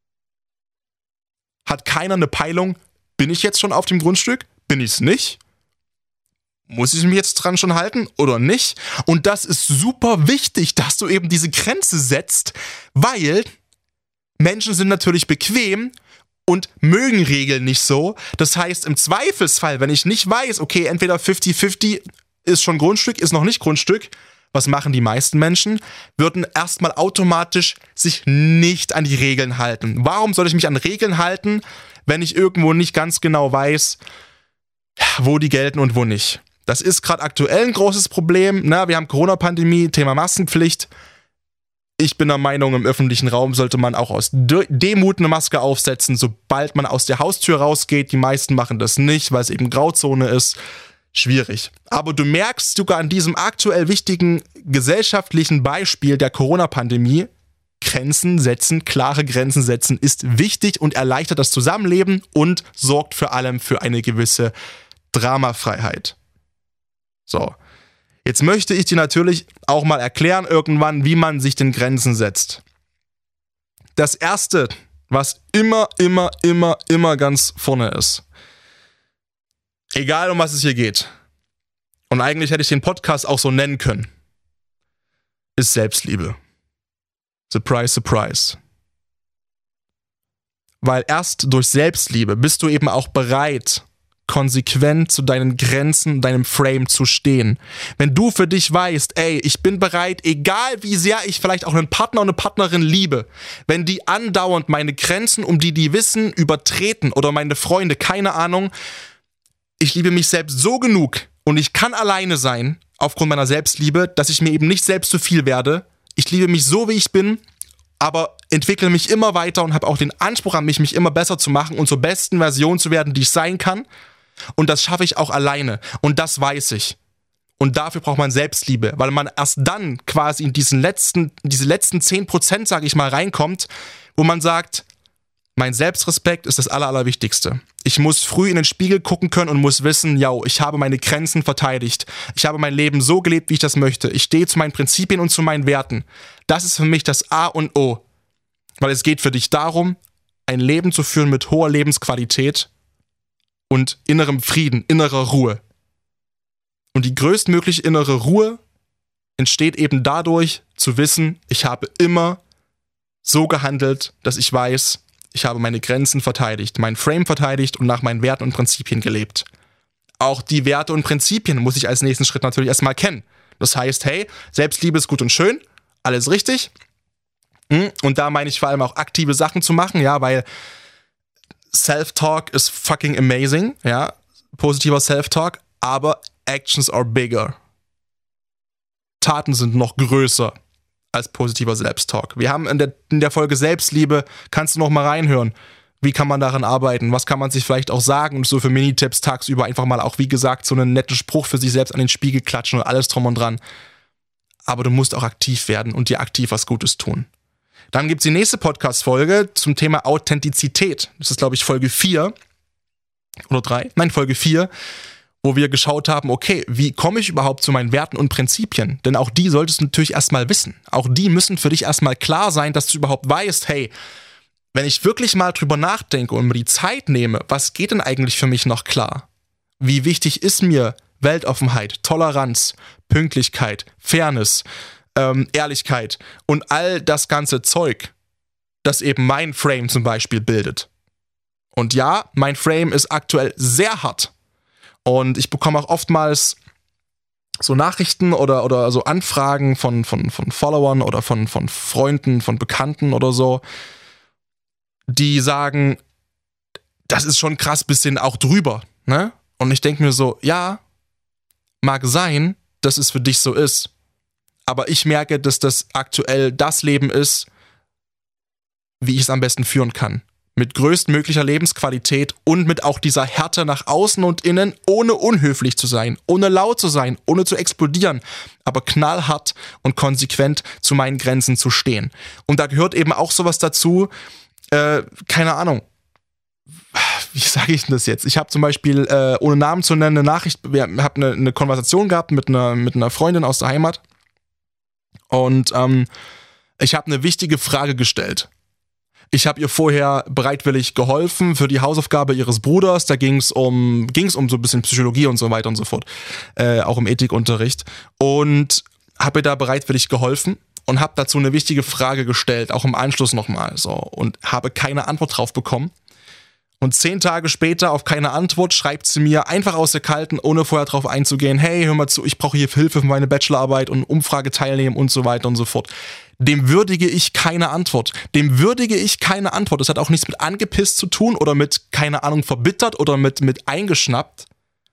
hat keiner eine Peilung. Bin ich jetzt schon auf dem Grundstück? Bin ich es nicht? Muss ich mich jetzt dran schon halten oder nicht? Und das ist super wichtig, dass du eben diese Grenze setzt, weil Menschen sind natürlich bequem und mögen Regeln nicht so. Das heißt, im Zweifelsfall, wenn ich nicht weiß, okay, entweder fünfzig fünfzig ist schon Grundstück, ist noch nicht Grundstück, was machen die meisten Menschen? Würden erstmal automatisch sich nicht an die Regeln halten. Warum soll ich mich an Regeln halten, wenn ich irgendwo nicht ganz genau weiß, wo die gelten und wo nicht? Das ist gerade aktuell ein großes Problem. Na, wir haben Corona-Pandemie, Thema Maskenpflicht. Ich bin der Meinung, im öffentlichen Raum sollte man auch aus De- Demut eine Maske aufsetzen, sobald man aus der Haustür rausgeht. Die meisten machen das nicht, weil es eben Grauzone ist. Schwierig. Aber du merkst sogar an diesem aktuell wichtigen gesellschaftlichen Beispiel der Corona-Pandemie, Grenzen setzen, klare Grenzen setzen ist wichtig und erleichtert das Zusammenleben und sorgt vor allem für eine gewisse Dramafreiheit. So, jetzt möchte ich dir natürlich auch mal erklären irgendwann, wie man sich den Grenzen setzt. Das Erste, was immer, immer, immer, immer ganz vorne ist, egal um was es hier geht, und eigentlich hätte ich den Podcast auch so nennen können, ist Selbstliebe. Surprise, surprise. Weil erst durch Selbstliebe bist du eben auch bereit, konsequent zu deinen Grenzen, deinem Frame zu stehen. Wenn du für dich weißt, ey, ich bin bereit, egal wie sehr ich vielleicht auch einen Partner und eine Partnerin liebe, wenn die andauernd meine Grenzen, um die die wissen, übertreten oder meine Freunde, keine Ahnung, ich liebe mich selbst so genug und ich kann alleine sein, aufgrund meiner Selbstliebe, dass ich mir eben nicht selbst zu viel werde. Ich liebe mich so, wie ich bin, aber entwickle mich immer weiter und habe auch den Anspruch an mich, mich immer besser zu machen und zur besten Version zu werden, die ich sein kann. Und das schaffe ich auch alleine. Und das weiß ich. Und dafür braucht man Selbstliebe, weil man erst dann quasi in diesen letzten, diese letzten zehn Prozent, sage ich mal, reinkommt, wo man sagt, mein Selbstrespekt ist das Aller, Allerwichtigste. Ich muss früh in den Spiegel gucken können und muss wissen, ja, ich habe meine Grenzen verteidigt. Ich habe mein Leben so gelebt, wie ich das möchte. Ich stehe zu meinen Prinzipien und zu meinen Werten. Das ist für mich das A und O. Weil es geht für dich darum, ein Leben zu führen mit hoher Lebensqualität und innerem Frieden, innerer Ruhe. Und die größtmögliche innere Ruhe entsteht eben dadurch, zu wissen, ich habe immer so gehandelt, dass ich weiß, ich habe meine Grenzen verteidigt, mein Frame verteidigt und nach meinen Werten und Prinzipien gelebt. Auch die Werte und Prinzipien muss ich als nächsten Schritt natürlich erstmal kennen. Das heißt, hey, Selbstliebe ist gut und schön, alles richtig. Und da meine ich vor allem auch aktive Sachen zu machen, ja, weil Self-Talk ist fucking amazing, ja, positiver Self-Talk, aber Actions are bigger. Taten sind noch größer als positiver Selbsttalk. Wir haben in der, in der Folge Selbstliebe, kannst du noch mal reinhören, wie kann man daran arbeiten, was kann man sich vielleicht auch sagen und so für Minitipps tagsüber einfach mal auch, wie gesagt, so einen netten Spruch für sich selbst an den Spiegel klatschen und alles drum und dran. Aber du musst auch aktiv werden und dir aktiv was Gutes tun. Dann gibt's die nächste Podcast-Folge zum Thema Authentizität. Das ist, glaube ich, Folge vier oder drei. Nein, Folge vier, wo wir geschaut haben, okay, wie komme ich überhaupt zu meinen Werten und Prinzipien? Denn auch die solltest du natürlich erstmal wissen. Auch die müssen für dich erstmal klar sein, dass du überhaupt weißt, hey, wenn ich wirklich mal drüber nachdenke und mir die Zeit nehme, was geht denn eigentlich für mich noch klar? Wie wichtig ist mir Weltoffenheit, Toleranz, Pünktlichkeit, Fairness, ähm, Ehrlichkeit und all das ganze Zeug, das eben mein Frame zum Beispiel bildet. Und ja, mein Frame ist aktuell sehr hart. Und ich bekomme auch oftmals so Nachrichten oder, oder so Anfragen von, von, von Followern oder von, von Freunden, von Bekannten oder so, die sagen, das ist schon krass bisschen auch drüber, ne? Und ich denke mir so, ja, mag sein, dass es für dich so ist. Aber ich merke, dass das aktuell das Leben ist, wie ich es am besten führen kann. Mit größtmöglicher Lebensqualität und mit auch dieser Härte nach außen und innen, ohne unhöflich zu sein, ohne laut zu sein, ohne zu explodieren, aber knallhart und konsequent zu meinen Grenzen zu stehen. Und da gehört eben auch sowas dazu, äh, keine Ahnung, wie sage ich denn das jetzt? Ich habe zum Beispiel, äh, ohne Namen zu nennen, eine Nachricht, wir haben eine, eine Konversation gehabt mit einer, mit einer Freundin aus der Heimat und ähm, ich habe eine wichtige Frage gestellt. Ich habe ihr vorher bereitwillig geholfen für die Hausaufgabe ihres Bruders. Da ging es um, ging's um so ein bisschen Psychologie und so weiter und so fort. Äh, auch im Ethikunterricht. Und habe ihr da bereitwillig geholfen und habe dazu eine wichtige Frage gestellt, auch im Anschluss nochmal. So, und habe keine Antwort drauf bekommen. Und zehn Tage später auf keine Antwort schreibt sie mir einfach aus der Kalten, ohne vorher drauf einzugehen, hey, hör mal zu, ich brauche hier Hilfe für meine Bachelorarbeit und Umfrage teilnehmen und so weiter und so fort. Dem würdige ich keine Antwort. Dem würdige ich keine Antwort. Das hat auch nichts mit angepisst zu tun oder mit, keine Ahnung, verbittert oder mit, mit eingeschnappt.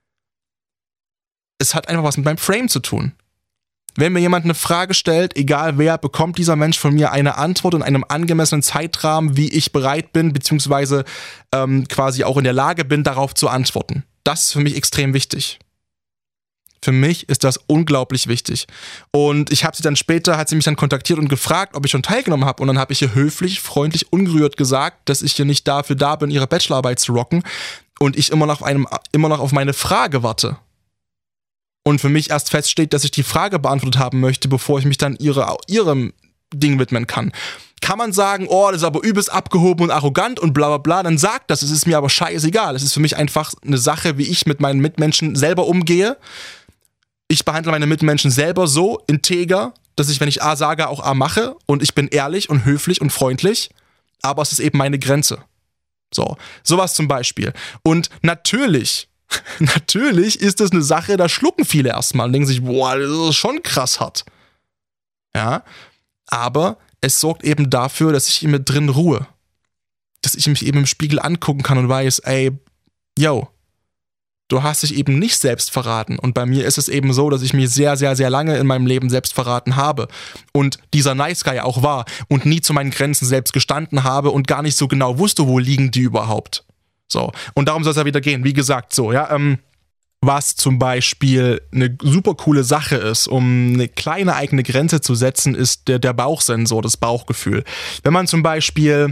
Es hat einfach was mit meinem Frame zu tun. Wenn mir jemand eine Frage stellt, egal wer, bekommt dieser Mensch von mir eine Antwort in einem angemessenen Zeitrahmen, wie ich bereit bin, beziehungsweise ähm, quasi auch in der Lage bin, darauf zu antworten. Das ist für mich extrem wichtig. Für mich ist das unglaublich wichtig. Und ich habe sie dann später, hat sie mich dann kontaktiert und gefragt, ob ich schon teilgenommen habe. Und dann habe ich ihr höflich, freundlich, ungerührt gesagt, dass ich hier nicht dafür da bin, ihre Bachelorarbeit zu rocken und ich immer noch, einem, immer noch auf meine Frage warte. Und für mich erst feststeht, dass ich die Frage beantwortet haben möchte, bevor ich mich dann ihre, ihrem Ding widmen kann. Kann man sagen, oh, das ist aber übelst abgehoben und arrogant und bla bla bla, dann sagt das, es ist mir aber scheißegal. Es ist für mich einfach eine Sache, wie ich mit meinen Mitmenschen selber umgehe. Ich behandle meine Mitmenschen selber so integer, dass ich, wenn ich A sage, auch A mache und ich bin ehrlich und höflich und freundlich, aber es ist eben meine Grenze. So, sowas zum Beispiel. Und natürlich, natürlich ist das eine Sache, da schlucken viele erstmal und denken sich, boah, das ist schon krass hart. Ja, aber es sorgt eben dafür, dass ich mit drin ruhe. Dass ich mich eben im Spiegel angucken kann und weiß, ey, yo, du hast dich eben nicht selbst verraten. Und bei mir ist es eben so, dass ich mir sehr, sehr, sehr lange in meinem Leben selbst verraten habe. Und dieser Nice Guy auch war und nie zu meinen Grenzen selbst gestanden habe und gar nicht so genau wusste, wo liegen die überhaupt. So. Und darum soll es ja wieder gehen. Wie gesagt, so, ja, ähm, was zum Beispiel eine super coole Sache ist, um eine kleine eigene Grenze zu setzen, ist der, der Bauchsensor, das Bauchgefühl. Wenn man zum Beispiel,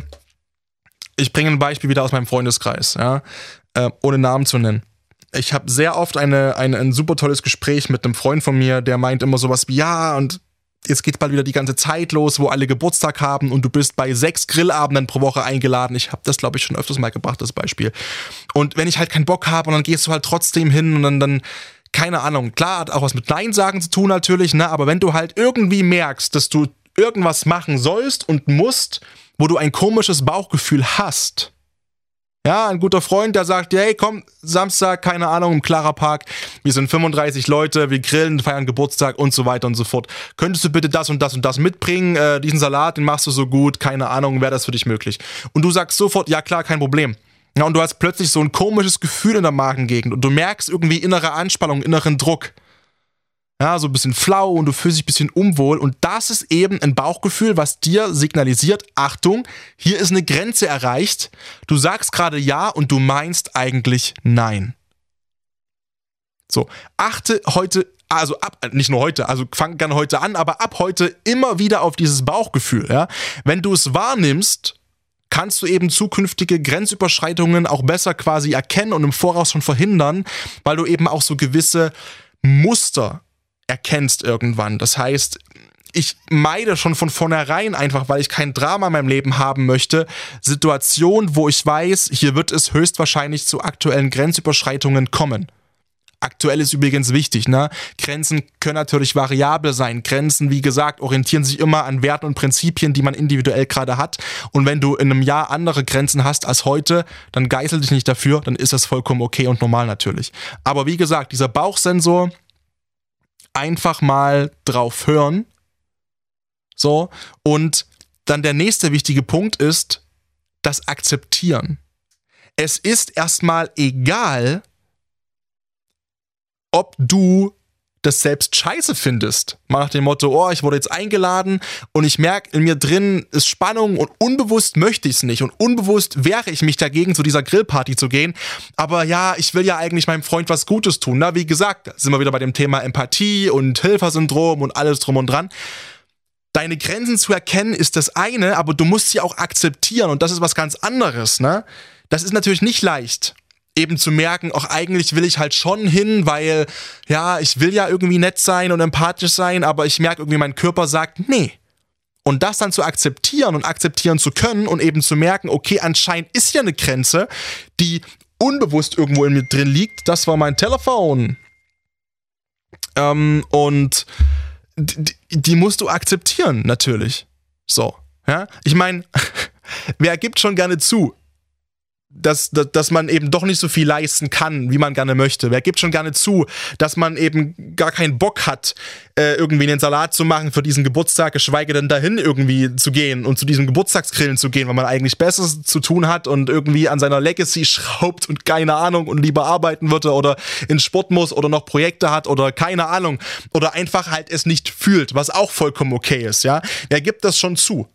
ich bringe ein Beispiel wieder aus meinem Freundeskreis, ja, äh, ohne Namen zu nennen. Ich habe sehr oft eine, eine, ein super tolles Gespräch mit einem Freund von mir, der meint immer sowas wie, ja, und jetzt geht bald wieder die ganze Zeit los, wo alle Geburtstag haben und du bist bei sechs Grillabenden pro Woche eingeladen. Ich habe das, glaube ich, schon öfters mal gebracht, das Beispiel. Und wenn ich halt keinen Bock habe und dann gehst du halt trotzdem hin und dann, dann keine Ahnung, klar, hat auch was mit Nein sagen zu tun natürlich, ne? Aber wenn du halt irgendwie merkst, dass du irgendwas machen sollst und musst, wo du ein komisches Bauchgefühl hast, ja, ein guter Freund, der sagt, hey, komm, Samstag, keine Ahnung, im Clara Park, wir sind fünfunddreißig Leute, wir grillen, feiern Geburtstag und so weiter und so fort. Könntest du bitte das und das und das mitbringen, äh, diesen Salat, den machst du so gut, keine Ahnung, wäre das für dich möglich? Und du sagst sofort, ja klar, kein Problem. Ja, und du hast plötzlich so ein komisches Gefühl in der Magengegend und du merkst irgendwie innere Anspannung, inneren Druck. Ja, so ein bisschen flau und du fühlst dich ein bisschen unwohl. Und das ist eben ein Bauchgefühl, was dir signalisiert, Achtung, hier ist eine Grenze erreicht. Du sagst gerade ja und du meinst eigentlich nein. So, achte heute, also ab, nicht nur heute, also fang gerne heute an, aber ab heute immer wieder auf dieses Bauchgefühl. Ja? Wenn du es wahrnimmst, kannst du eben zukünftige Grenzüberschreitungen auch besser quasi erkennen und im Voraus schon verhindern, weil du eben auch so gewisse Muster erkennst irgendwann. Das heißt, ich meide schon von vornherein einfach, weil ich kein Drama in meinem Leben haben möchte, Situationen, wo ich weiß, hier wird es höchstwahrscheinlich zu aktuellen Grenzüberschreitungen kommen. Aktuell ist übrigens wichtig, ne? Grenzen können natürlich variabel sein. Grenzen, wie gesagt, orientieren sich immer an Werten und Prinzipien, die man individuell gerade hat. Und wenn du in einem Jahr andere Grenzen hast als heute, dann geißel dich nicht dafür, dann ist das vollkommen okay und normal natürlich. Aber wie gesagt, dieser Bauchsensor, einfach mal drauf hören. So, und dann der nächste wichtige Punkt ist das Akzeptieren. Es ist erstmal egal, ob du das selbst scheiße findest. Mal nach dem Motto, oh, ich wurde jetzt eingeladen und ich merke, in mir drin ist Spannung und unbewusst möchte ich es nicht und unbewusst wehre ich mich dagegen, zu dieser Grillparty zu gehen. Aber ja, ich will ja eigentlich meinem Freund was Gutes tun. Na, wie gesagt, sind wir wieder bei dem Thema Empathie und Helfersyndrom und alles drum und dran. Deine Grenzen zu erkennen ist das eine, aber du musst sie auch akzeptieren und das ist was ganz anderes, ne? Das ist natürlich nicht leicht. Eben zu merken, auch eigentlich will ich halt schon hin, weil, ja, ich will ja irgendwie nett sein und empathisch sein, aber ich merke irgendwie, mein Körper sagt, nee. Und das dann zu akzeptieren und akzeptieren zu können und eben zu merken, okay, anscheinend ist ja eine Grenze, die unbewusst irgendwo in mir drin liegt. Das war mein Telefon. Ähm, und die, die musst du akzeptieren, natürlich. So, ja. Ich meine, wer gibt schon gerne zu, Dass, dass, dass man eben doch nicht so viel leisten kann, wie man gerne möchte. Wer gibt schon gerne zu, dass man eben gar keinen Bock hat, äh, irgendwie einen Salat zu machen für diesen Geburtstag, geschweige denn dahin irgendwie zu gehen und zu diesem Geburtstagsgrillen zu gehen, weil man eigentlich Besseres zu tun hat und irgendwie an seiner Legacy schraubt und keine Ahnung und lieber arbeiten würde oder in Sport muss oder noch Projekte hat oder keine Ahnung oder einfach halt es nicht fühlt, was auch vollkommen okay ist, ja. Wer gibt das schon zu?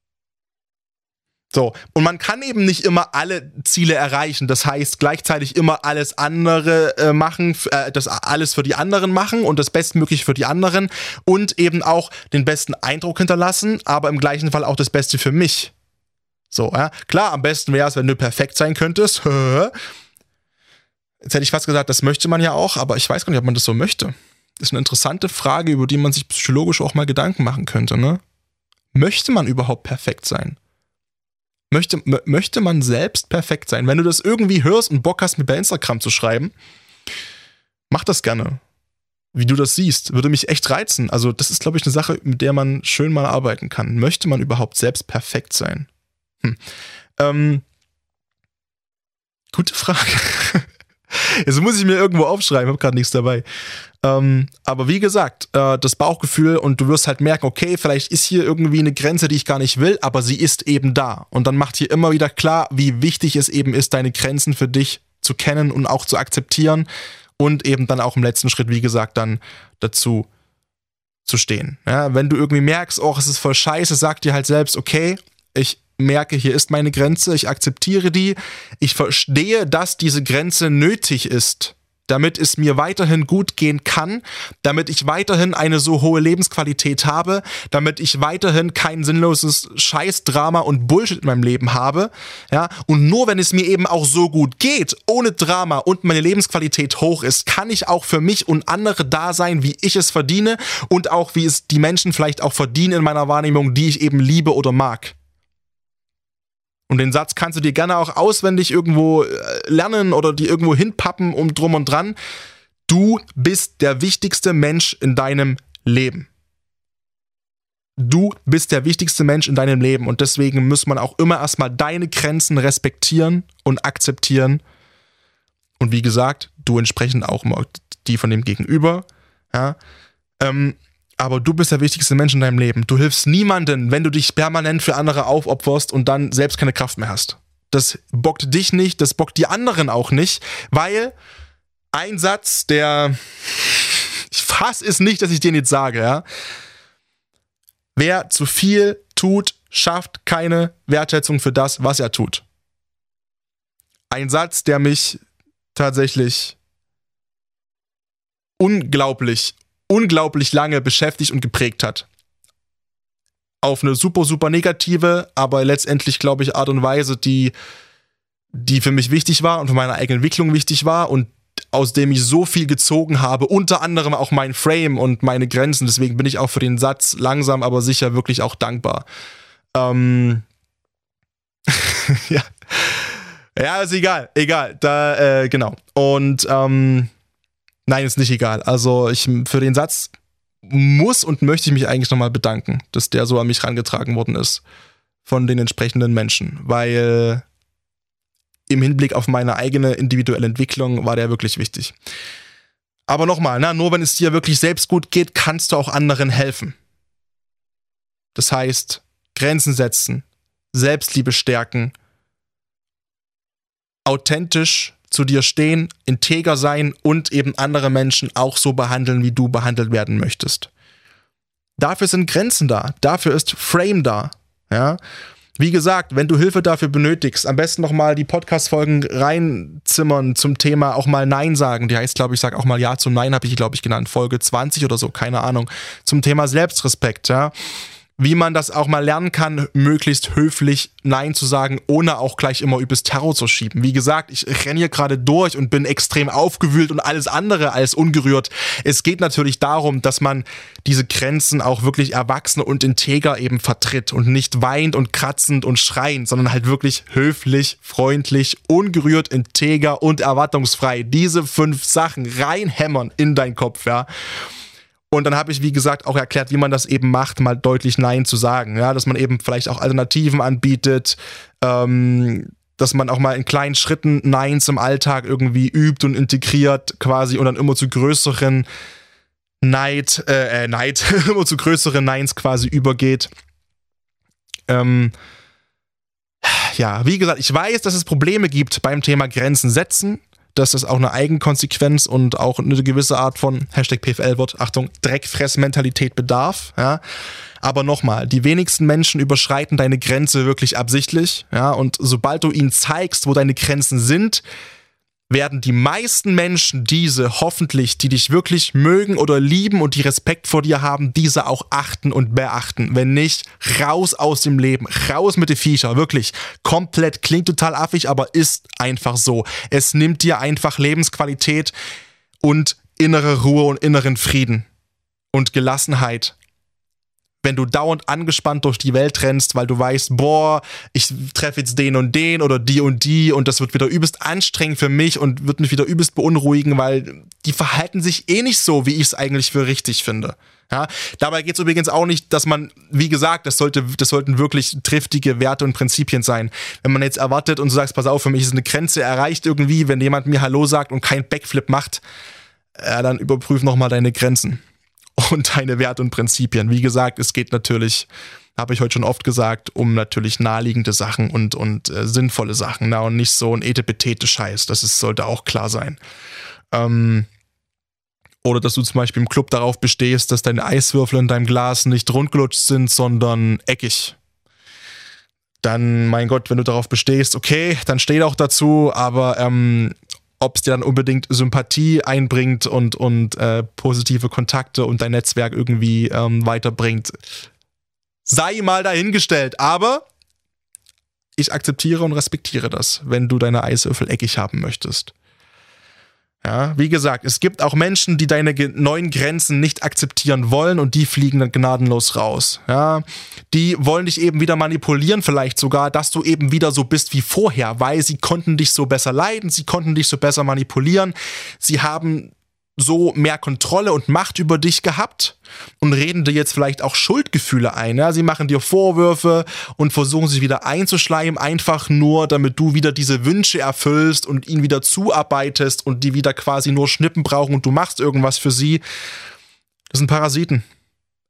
So, und man kann eben nicht immer alle Ziele erreichen, das heißt gleichzeitig immer alles andere äh, machen, äh, das alles für die anderen machen und das Bestmögliche für die anderen und eben auch den besten Eindruck hinterlassen, aber im gleichen Fall auch das Beste für mich. So, ja, klar, am besten wäre es, wenn du perfekt sein könntest. Jetzt hätte ich fast gesagt, das möchte man ja auch, aber ich weiß gar nicht, ob man das so möchte. Das ist eine interessante Frage, über die man sich psychologisch auch mal Gedanken machen könnte, ne? Möchte man überhaupt perfekt sein? Möchte, m- möchte man selbst perfekt sein? Wenn du das irgendwie hörst und Bock hast, mir bei Instagram zu schreiben, mach das gerne. Wie du das siehst, würde mich echt reizen. Also das ist, glaube ich, eine Sache, mit der man schön mal arbeiten kann. Möchte man überhaupt selbst perfekt sein? Hm. Ähm, gute Frage. Jetzt muss ich mir irgendwo aufschreiben, ich habe gerade nichts dabei. Ähm, aber wie gesagt, äh, das Bauchgefühl und du wirst halt merken, okay, vielleicht ist hier irgendwie eine Grenze, die ich gar nicht will, aber sie ist eben da. Und dann macht hier immer wieder klar, wie wichtig es eben ist, deine Grenzen für dich zu kennen und auch zu akzeptieren und eben dann auch im letzten Schritt, wie gesagt, dann dazu zu stehen. Ja, wenn du irgendwie merkst, oh, es ist voll scheiße, sag dir halt selbst, okay, ich merke, hier ist meine Grenze, ich akzeptiere die, ich verstehe, dass diese Grenze nötig ist, damit es mir weiterhin gut gehen kann, damit ich weiterhin eine so hohe Lebensqualität habe, damit ich weiterhin kein sinnloses Scheißdrama und Bullshit in meinem Leben habe, ja, und nur wenn es mir eben auch so gut geht, ohne Drama und meine Lebensqualität hoch ist, kann ich auch für mich und andere da sein, wie ich es verdiene und auch wie es die Menschen vielleicht auch verdienen in meiner Wahrnehmung, die ich eben liebe oder mag. Und den Satz kannst du dir gerne auch auswendig irgendwo lernen oder dir irgendwo hinpappen um drum und dran. Du bist der wichtigste Mensch in deinem Leben. Du bist der wichtigste Mensch in deinem Leben und deswegen muss man auch immer erstmal deine Grenzen respektieren und akzeptieren. Und wie gesagt, du entsprechend auch immer die von dem Gegenüber. Ja, ähm, aber du bist der wichtigste Mensch in deinem Leben. Du hilfst niemandem, wenn du dich permanent für andere aufopferst und dann selbst keine Kraft mehr hast. Das bockt dich nicht, das bockt die anderen auch nicht, weil ein Satz, der, ich fasse es nicht, dass ich den jetzt sage, ja. Wer zu viel tut, schafft keine Wertschätzung für das, was er tut. Ein Satz, der mich tatsächlich unglaublich, unglaublich lange beschäftigt und geprägt hat. Auf eine super, super negative, aber letztendlich, glaube ich, Art und Weise, die, die für mich wichtig war und für meine eigene Entwicklung wichtig war und aus dem ich so viel gezogen habe, unter anderem auch mein Frame und meine Grenzen. Deswegen bin ich auch für den Satz langsam, aber sicher wirklich auch dankbar. Ähm ja. Ja, ist egal, egal. Da, äh, genau. Und ähm, nein, ist nicht egal. Also ich für den Satz muss und möchte ich mich eigentlich nochmal bedanken, dass der so an mich herangetragen worden ist von den entsprechenden Menschen, weil im Hinblick auf meine eigene individuelle Entwicklung war der wirklich wichtig. Aber nochmal, na, nur wenn es dir wirklich selbst gut geht, kannst du auch anderen helfen. Das heißt, Grenzen setzen, Selbstliebe stärken, authentisch zu dir stehen, integer sein und eben andere Menschen auch so behandeln, wie du behandelt werden möchtest. Dafür sind Grenzen da, dafür ist Frame da, ja. Wie gesagt, wenn du Hilfe dafür benötigst, am besten nochmal die Podcast-Folgen reinzimmern zum Thema auch mal Nein sagen. Die heißt, glaube ich, sag auch mal Ja zum Nein, habe ich, glaube ich, genannt. Folge zwanzig oder so, keine Ahnung. Zum Thema Selbstrespekt, ja. Wie man das auch mal lernen kann, möglichst höflich Nein zu sagen, ohne auch gleich immer übers Terror zu schieben. Wie gesagt, ich renne hier gerade durch und bin extrem aufgewühlt und alles andere als ungerührt. Es geht natürlich darum, dass man diese Grenzen auch wirklich erwachsen und integer eben vertritt und nicht weint und kratzend und schreiend, sondern halt wirklich höflich, freundlich, ungerührt, integer und erwartungsfrei. Diese fünf Sachen reinhämmern in deinen Kopf, ja. Und dann habe ich, wie gesagt, auch erklärt, wie man das eben macht, mal deutlich Nein zu sagen. Ja, dass man eben vielleicht auch Alternativen anbietet, ähm, dass man auch mal in kleinen Schritten Neins im Alltag irgendwie übt und integriert quasi und dann immer zu größeren Neid, äh, Neid, immer zu größeren Neins quasi übergeht. Ähm, ja, wie gesagt, ich weiß, dass es Probleme gibt beim Thema Grenzen setzen, dass das auch eine Eigenkonsequenz und auch eine gewisse Art von Hashtag P F L wird, Achtung, Dreckfressmentalität bedarf, ja. Aber nochmal, die wenigsten Menschen überschreiten deine Grenze wirklich absichtlich, ja. Und sobald du ihnen zeigst, wo deine Grenzen sind, werden die meisten Menschen diese hoffentlich, die dich wirklich mögen oder lieben und die Respekt vor dir haben, diese auch achten und beachten. Wenn nicht, raus aus dem Leben, raus mit den Viecher, wirklich, komplett, klingt total affig, aber ist einfach so. Es nimmt dir einfach Lebensqualität und innere Ruhe und inneren Frieden und Gelassenheit. Wenn du dauernd angespannt durch die Welt rennst, weil du weißt, boah, ich treffe jetzt den und den oder die und die und das wird wieder übelst anstrengend für mich und wird mich wieder übelst beunruhigen, weil die verhalten sich eh nicht so, wie ich es eigentlich für richtig finde. Ja, dabei geht es übrigens auch nicht, dass man, wie gesagt, das sollte, das sollten wirklich triftige Werte und Prinzipien sein. Wenn man jetzt erwartet und du sagst, pass auf, für mich ist eine Grenze erreicht irgendwie, wenn jemand mir Hallo sagt und kein Backflip macht, äh, dann überprüf nochmal deine Grenzen. Und deine Werte und Prinzipien. Wie gesagt, es geht natürlich, habe ich heute schon oft gesagt, um natürlich naheliegende Sachen und, und äh, sinnvolle Sachen, na, und nicht so ein Etepetete-Scheiß. Das ist, sollte auch klar sein. Ähm, oder dass du zum Beispiel im Club darauf bestehst, dass deine Eiswürfel in deinem Glas nicht rundgelutscht sind, sondern eckig. Dann, mein Gott, wenn du darauf bestehst, okay, dann steh auch dazu, aber ähm, ob es dir dann unbedingt Sympathie einbringt und, und äh, positive Kontakte und dein Netzwerk irgendwie ähm, weiterbringt, sei mal dahingestellt. Aber ich akzeptiere und respektiere das, wenn du deine Eiswürfel eckig haben möchtest. Ja, wie gesagt, es gibt auch Menschen, die deine ge- neuen Grenzen nicht akzeptieren wollen und die fliegen dann gnadenlos raus. Ja, die wollen dich eben wieder manipulieren, vielleicht sogar, dass du eben wieder so bist wie vorher, weil sie konnten dich so besser leiden, sie konnten dich so besser manipulieren, sie haben so mehr Kontrolle und Macht über dich gehabt und reden dir jetzt vielleicht auch Schuldgefühle ein. Ja? Sie machen dir Vorwürfe und versuchen sich wieder einzuschleimen, einfach nur, damit du wieder diese Wünsche erfüllst und ihnen wieder zuarbeitest und die wieder quasi nur Schnippen brauchen und du machst irgendwas für sie. Das sind Parasiten.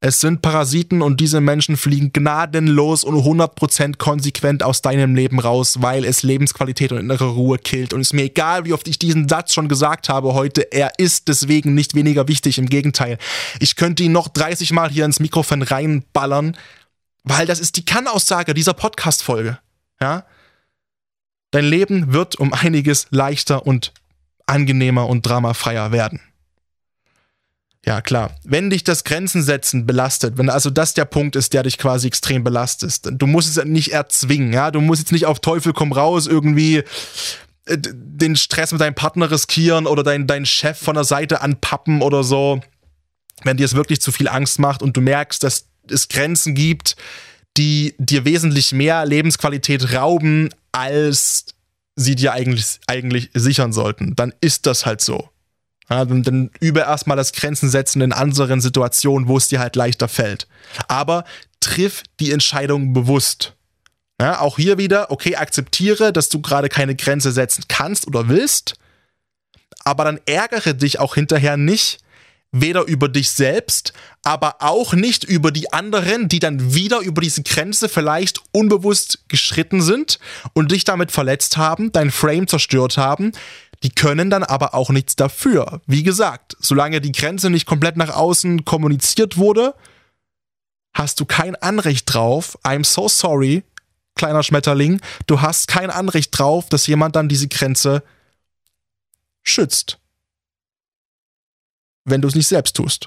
Es sind Parasiten und diese Menschen fliegen gnadenlos und hundert Prozent konsequent aus deinem Leben raus, weil es Lebensqualität und innere Ruhe killt. Und es ist mir egal, wie oft ich diesen Satz schon gesagt habe heute, er ist deswegen nicht weniger wichtig, im Gegenteil. Ich könnte ihn noch dreißig Mal hier ins Mikrofon reinballern, weil das ist die Kernaussage dieser Podcast-Folge. Ja? Dein Leben wird um einiges leichter und angenehmer und dramafreier werden. Ja, klar. Wenn dich das Grenzen setzen belastet, wenn also das der Punkt ist, der dich quasi extrem belastet, du musst es nicht erzwingen, ja, du musst jetzt nicht auf Teufel komm raus irgendwie äh, den Stress mit deinem Partner riskieren oder deinen dein Chef von der Seite anpappen oder so, wenn dir es wirklich zu viel Angst macht und du merkst, dass es Grenzen gibt, die dir wesentlich mehr Lebensqualität rauben, als sie dir eigentlich, eigentlich sichern sollten, dann ist das halt so. Ja, dann, dann übe erstmal das Grenzen setzen in anderen Situationen, wo es dir halt leichter fällt. Aber triff die Entscheidung bewusst. Ja, auch hier wieder, okay, akzeptiere, dass du gerade keine Grenze setzen kannst oder willst, aber dann ärgere dich auch hinterher nicht, weder über dich selbst, aber auch nicht über die anderen, die dann wieder über diese Grenze vielleicht unbewusst geschritten sind und dich damit verletzt haben, dein Frame zerstört haben. Die können dann aber auch nichts dafür. Wie gesagt, solange die Grenze nicht komplett nach außen kommuniziert wurde, hast du kein Anrecht drauf. I'm so sorry, kleiner Schmetterling. Du hast kein Anrecht drauf, dass jemand dann diese Grenze schützt. Wenn du es nicht selbst tust.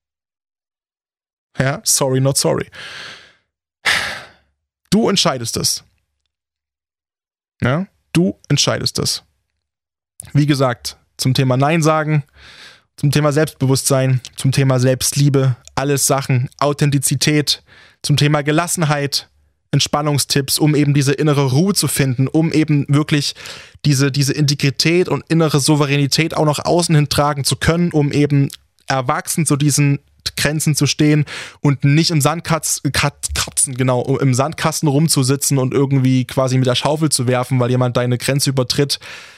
Ja, sorry, not sorry. Du entscheidest es. Ja, du entscheidest es. Wie gesagt, zum Thema Nein sagen, zum Thema Selbstbewusstsein, zum Thema Selbstliebe, alles Sachen, Authentizität, zum Thema Gelassenheit, Entspannungstipps, um eben diese innere Ruhe zu finden, um eben wirklich diese, diese Integrität und innere Souveränität auch nach außen hin tragen zu können, um eben erwachsen zu diesen Grenzen zu stehen und nicht im Sandkasten, Katzen, genau, im Sandkasten rumzusitzen und irgendwie quasi mit der Schaufel zu werfen, weil jemand deine Grenze übertritt.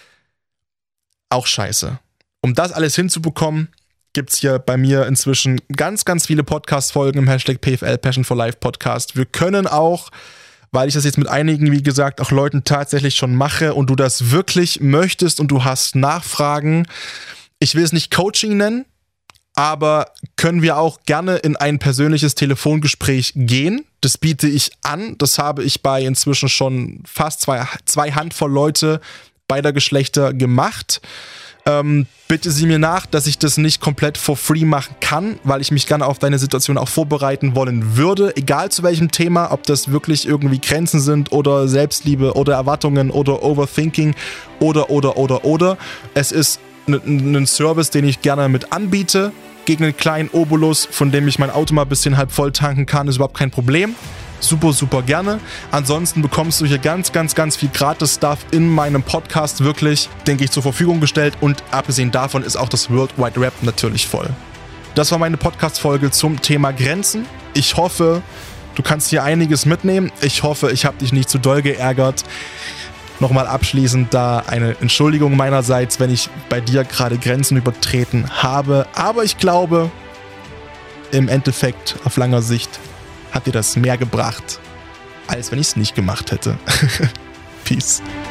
Auch scheiße. Um das alles hinzubekommen, gibt es hier bei mir inzwischen ganz, ganz viele Podcast-Folgen im Hashtag P F L Passion for Life Podcast. Wir können auch, weil ich das jetzt mit einigen, wie gesagt, auch Leuten tatsächlich schon mache und du das wirklich möchtest und du hast Nachfragen, ich will es nicht Coaching nennen, aber können wir auch gerne in ein persönliches Telefongespräch gehen. Das biete ich an. Das habe ich bei inzwischen schon fast zwei, zwei Handvoll Leute beider Geschlechter gemacht. Ähm, bitte sieh mir nach, dass ich das nicht komplett for free machen kann, weil ich mich gerne auf deine Situation auch vorbereiten wollen würde, egal zu welchem Thema, ob das wirklich irgendwie Grenzen sind oder Selbstliebe oder Erwartungen oder Overthinking oder, oder, oder, oder. Es ist ein, ein Service, den ich gerne mit anbiete, gegen einen kleinen Obolus, von dem ich mein Auto mal ein bisschen halb voll tanken kann, ist überhaupt kein Problem. Super, super gerne. Ansonsten bekommst du hier ganz, ganz, ganz viel Gratis-Stuff in meinem Podcast wirklich, denke ich, zur Verfügung gestellt und abgesehen davon ist auch das World Wide Web natürlich voll. Das war meine Podcast-Folge zum Thema Grenzen. Ich hoffe, du kannst hier einiges mitnehmen. Ich hoffe, ich habe dich nicht zu doll geärgert. Nochmal abschließend da eine Entschuldigung meinerseits, wenn ich bei dir gerade Grenzen übertreten habe. Aber ich glaube, im Endeffekt auf langer Sicht hat dir das mehr gebracht, als wenn ich es nicht gemacht hätte. Peace.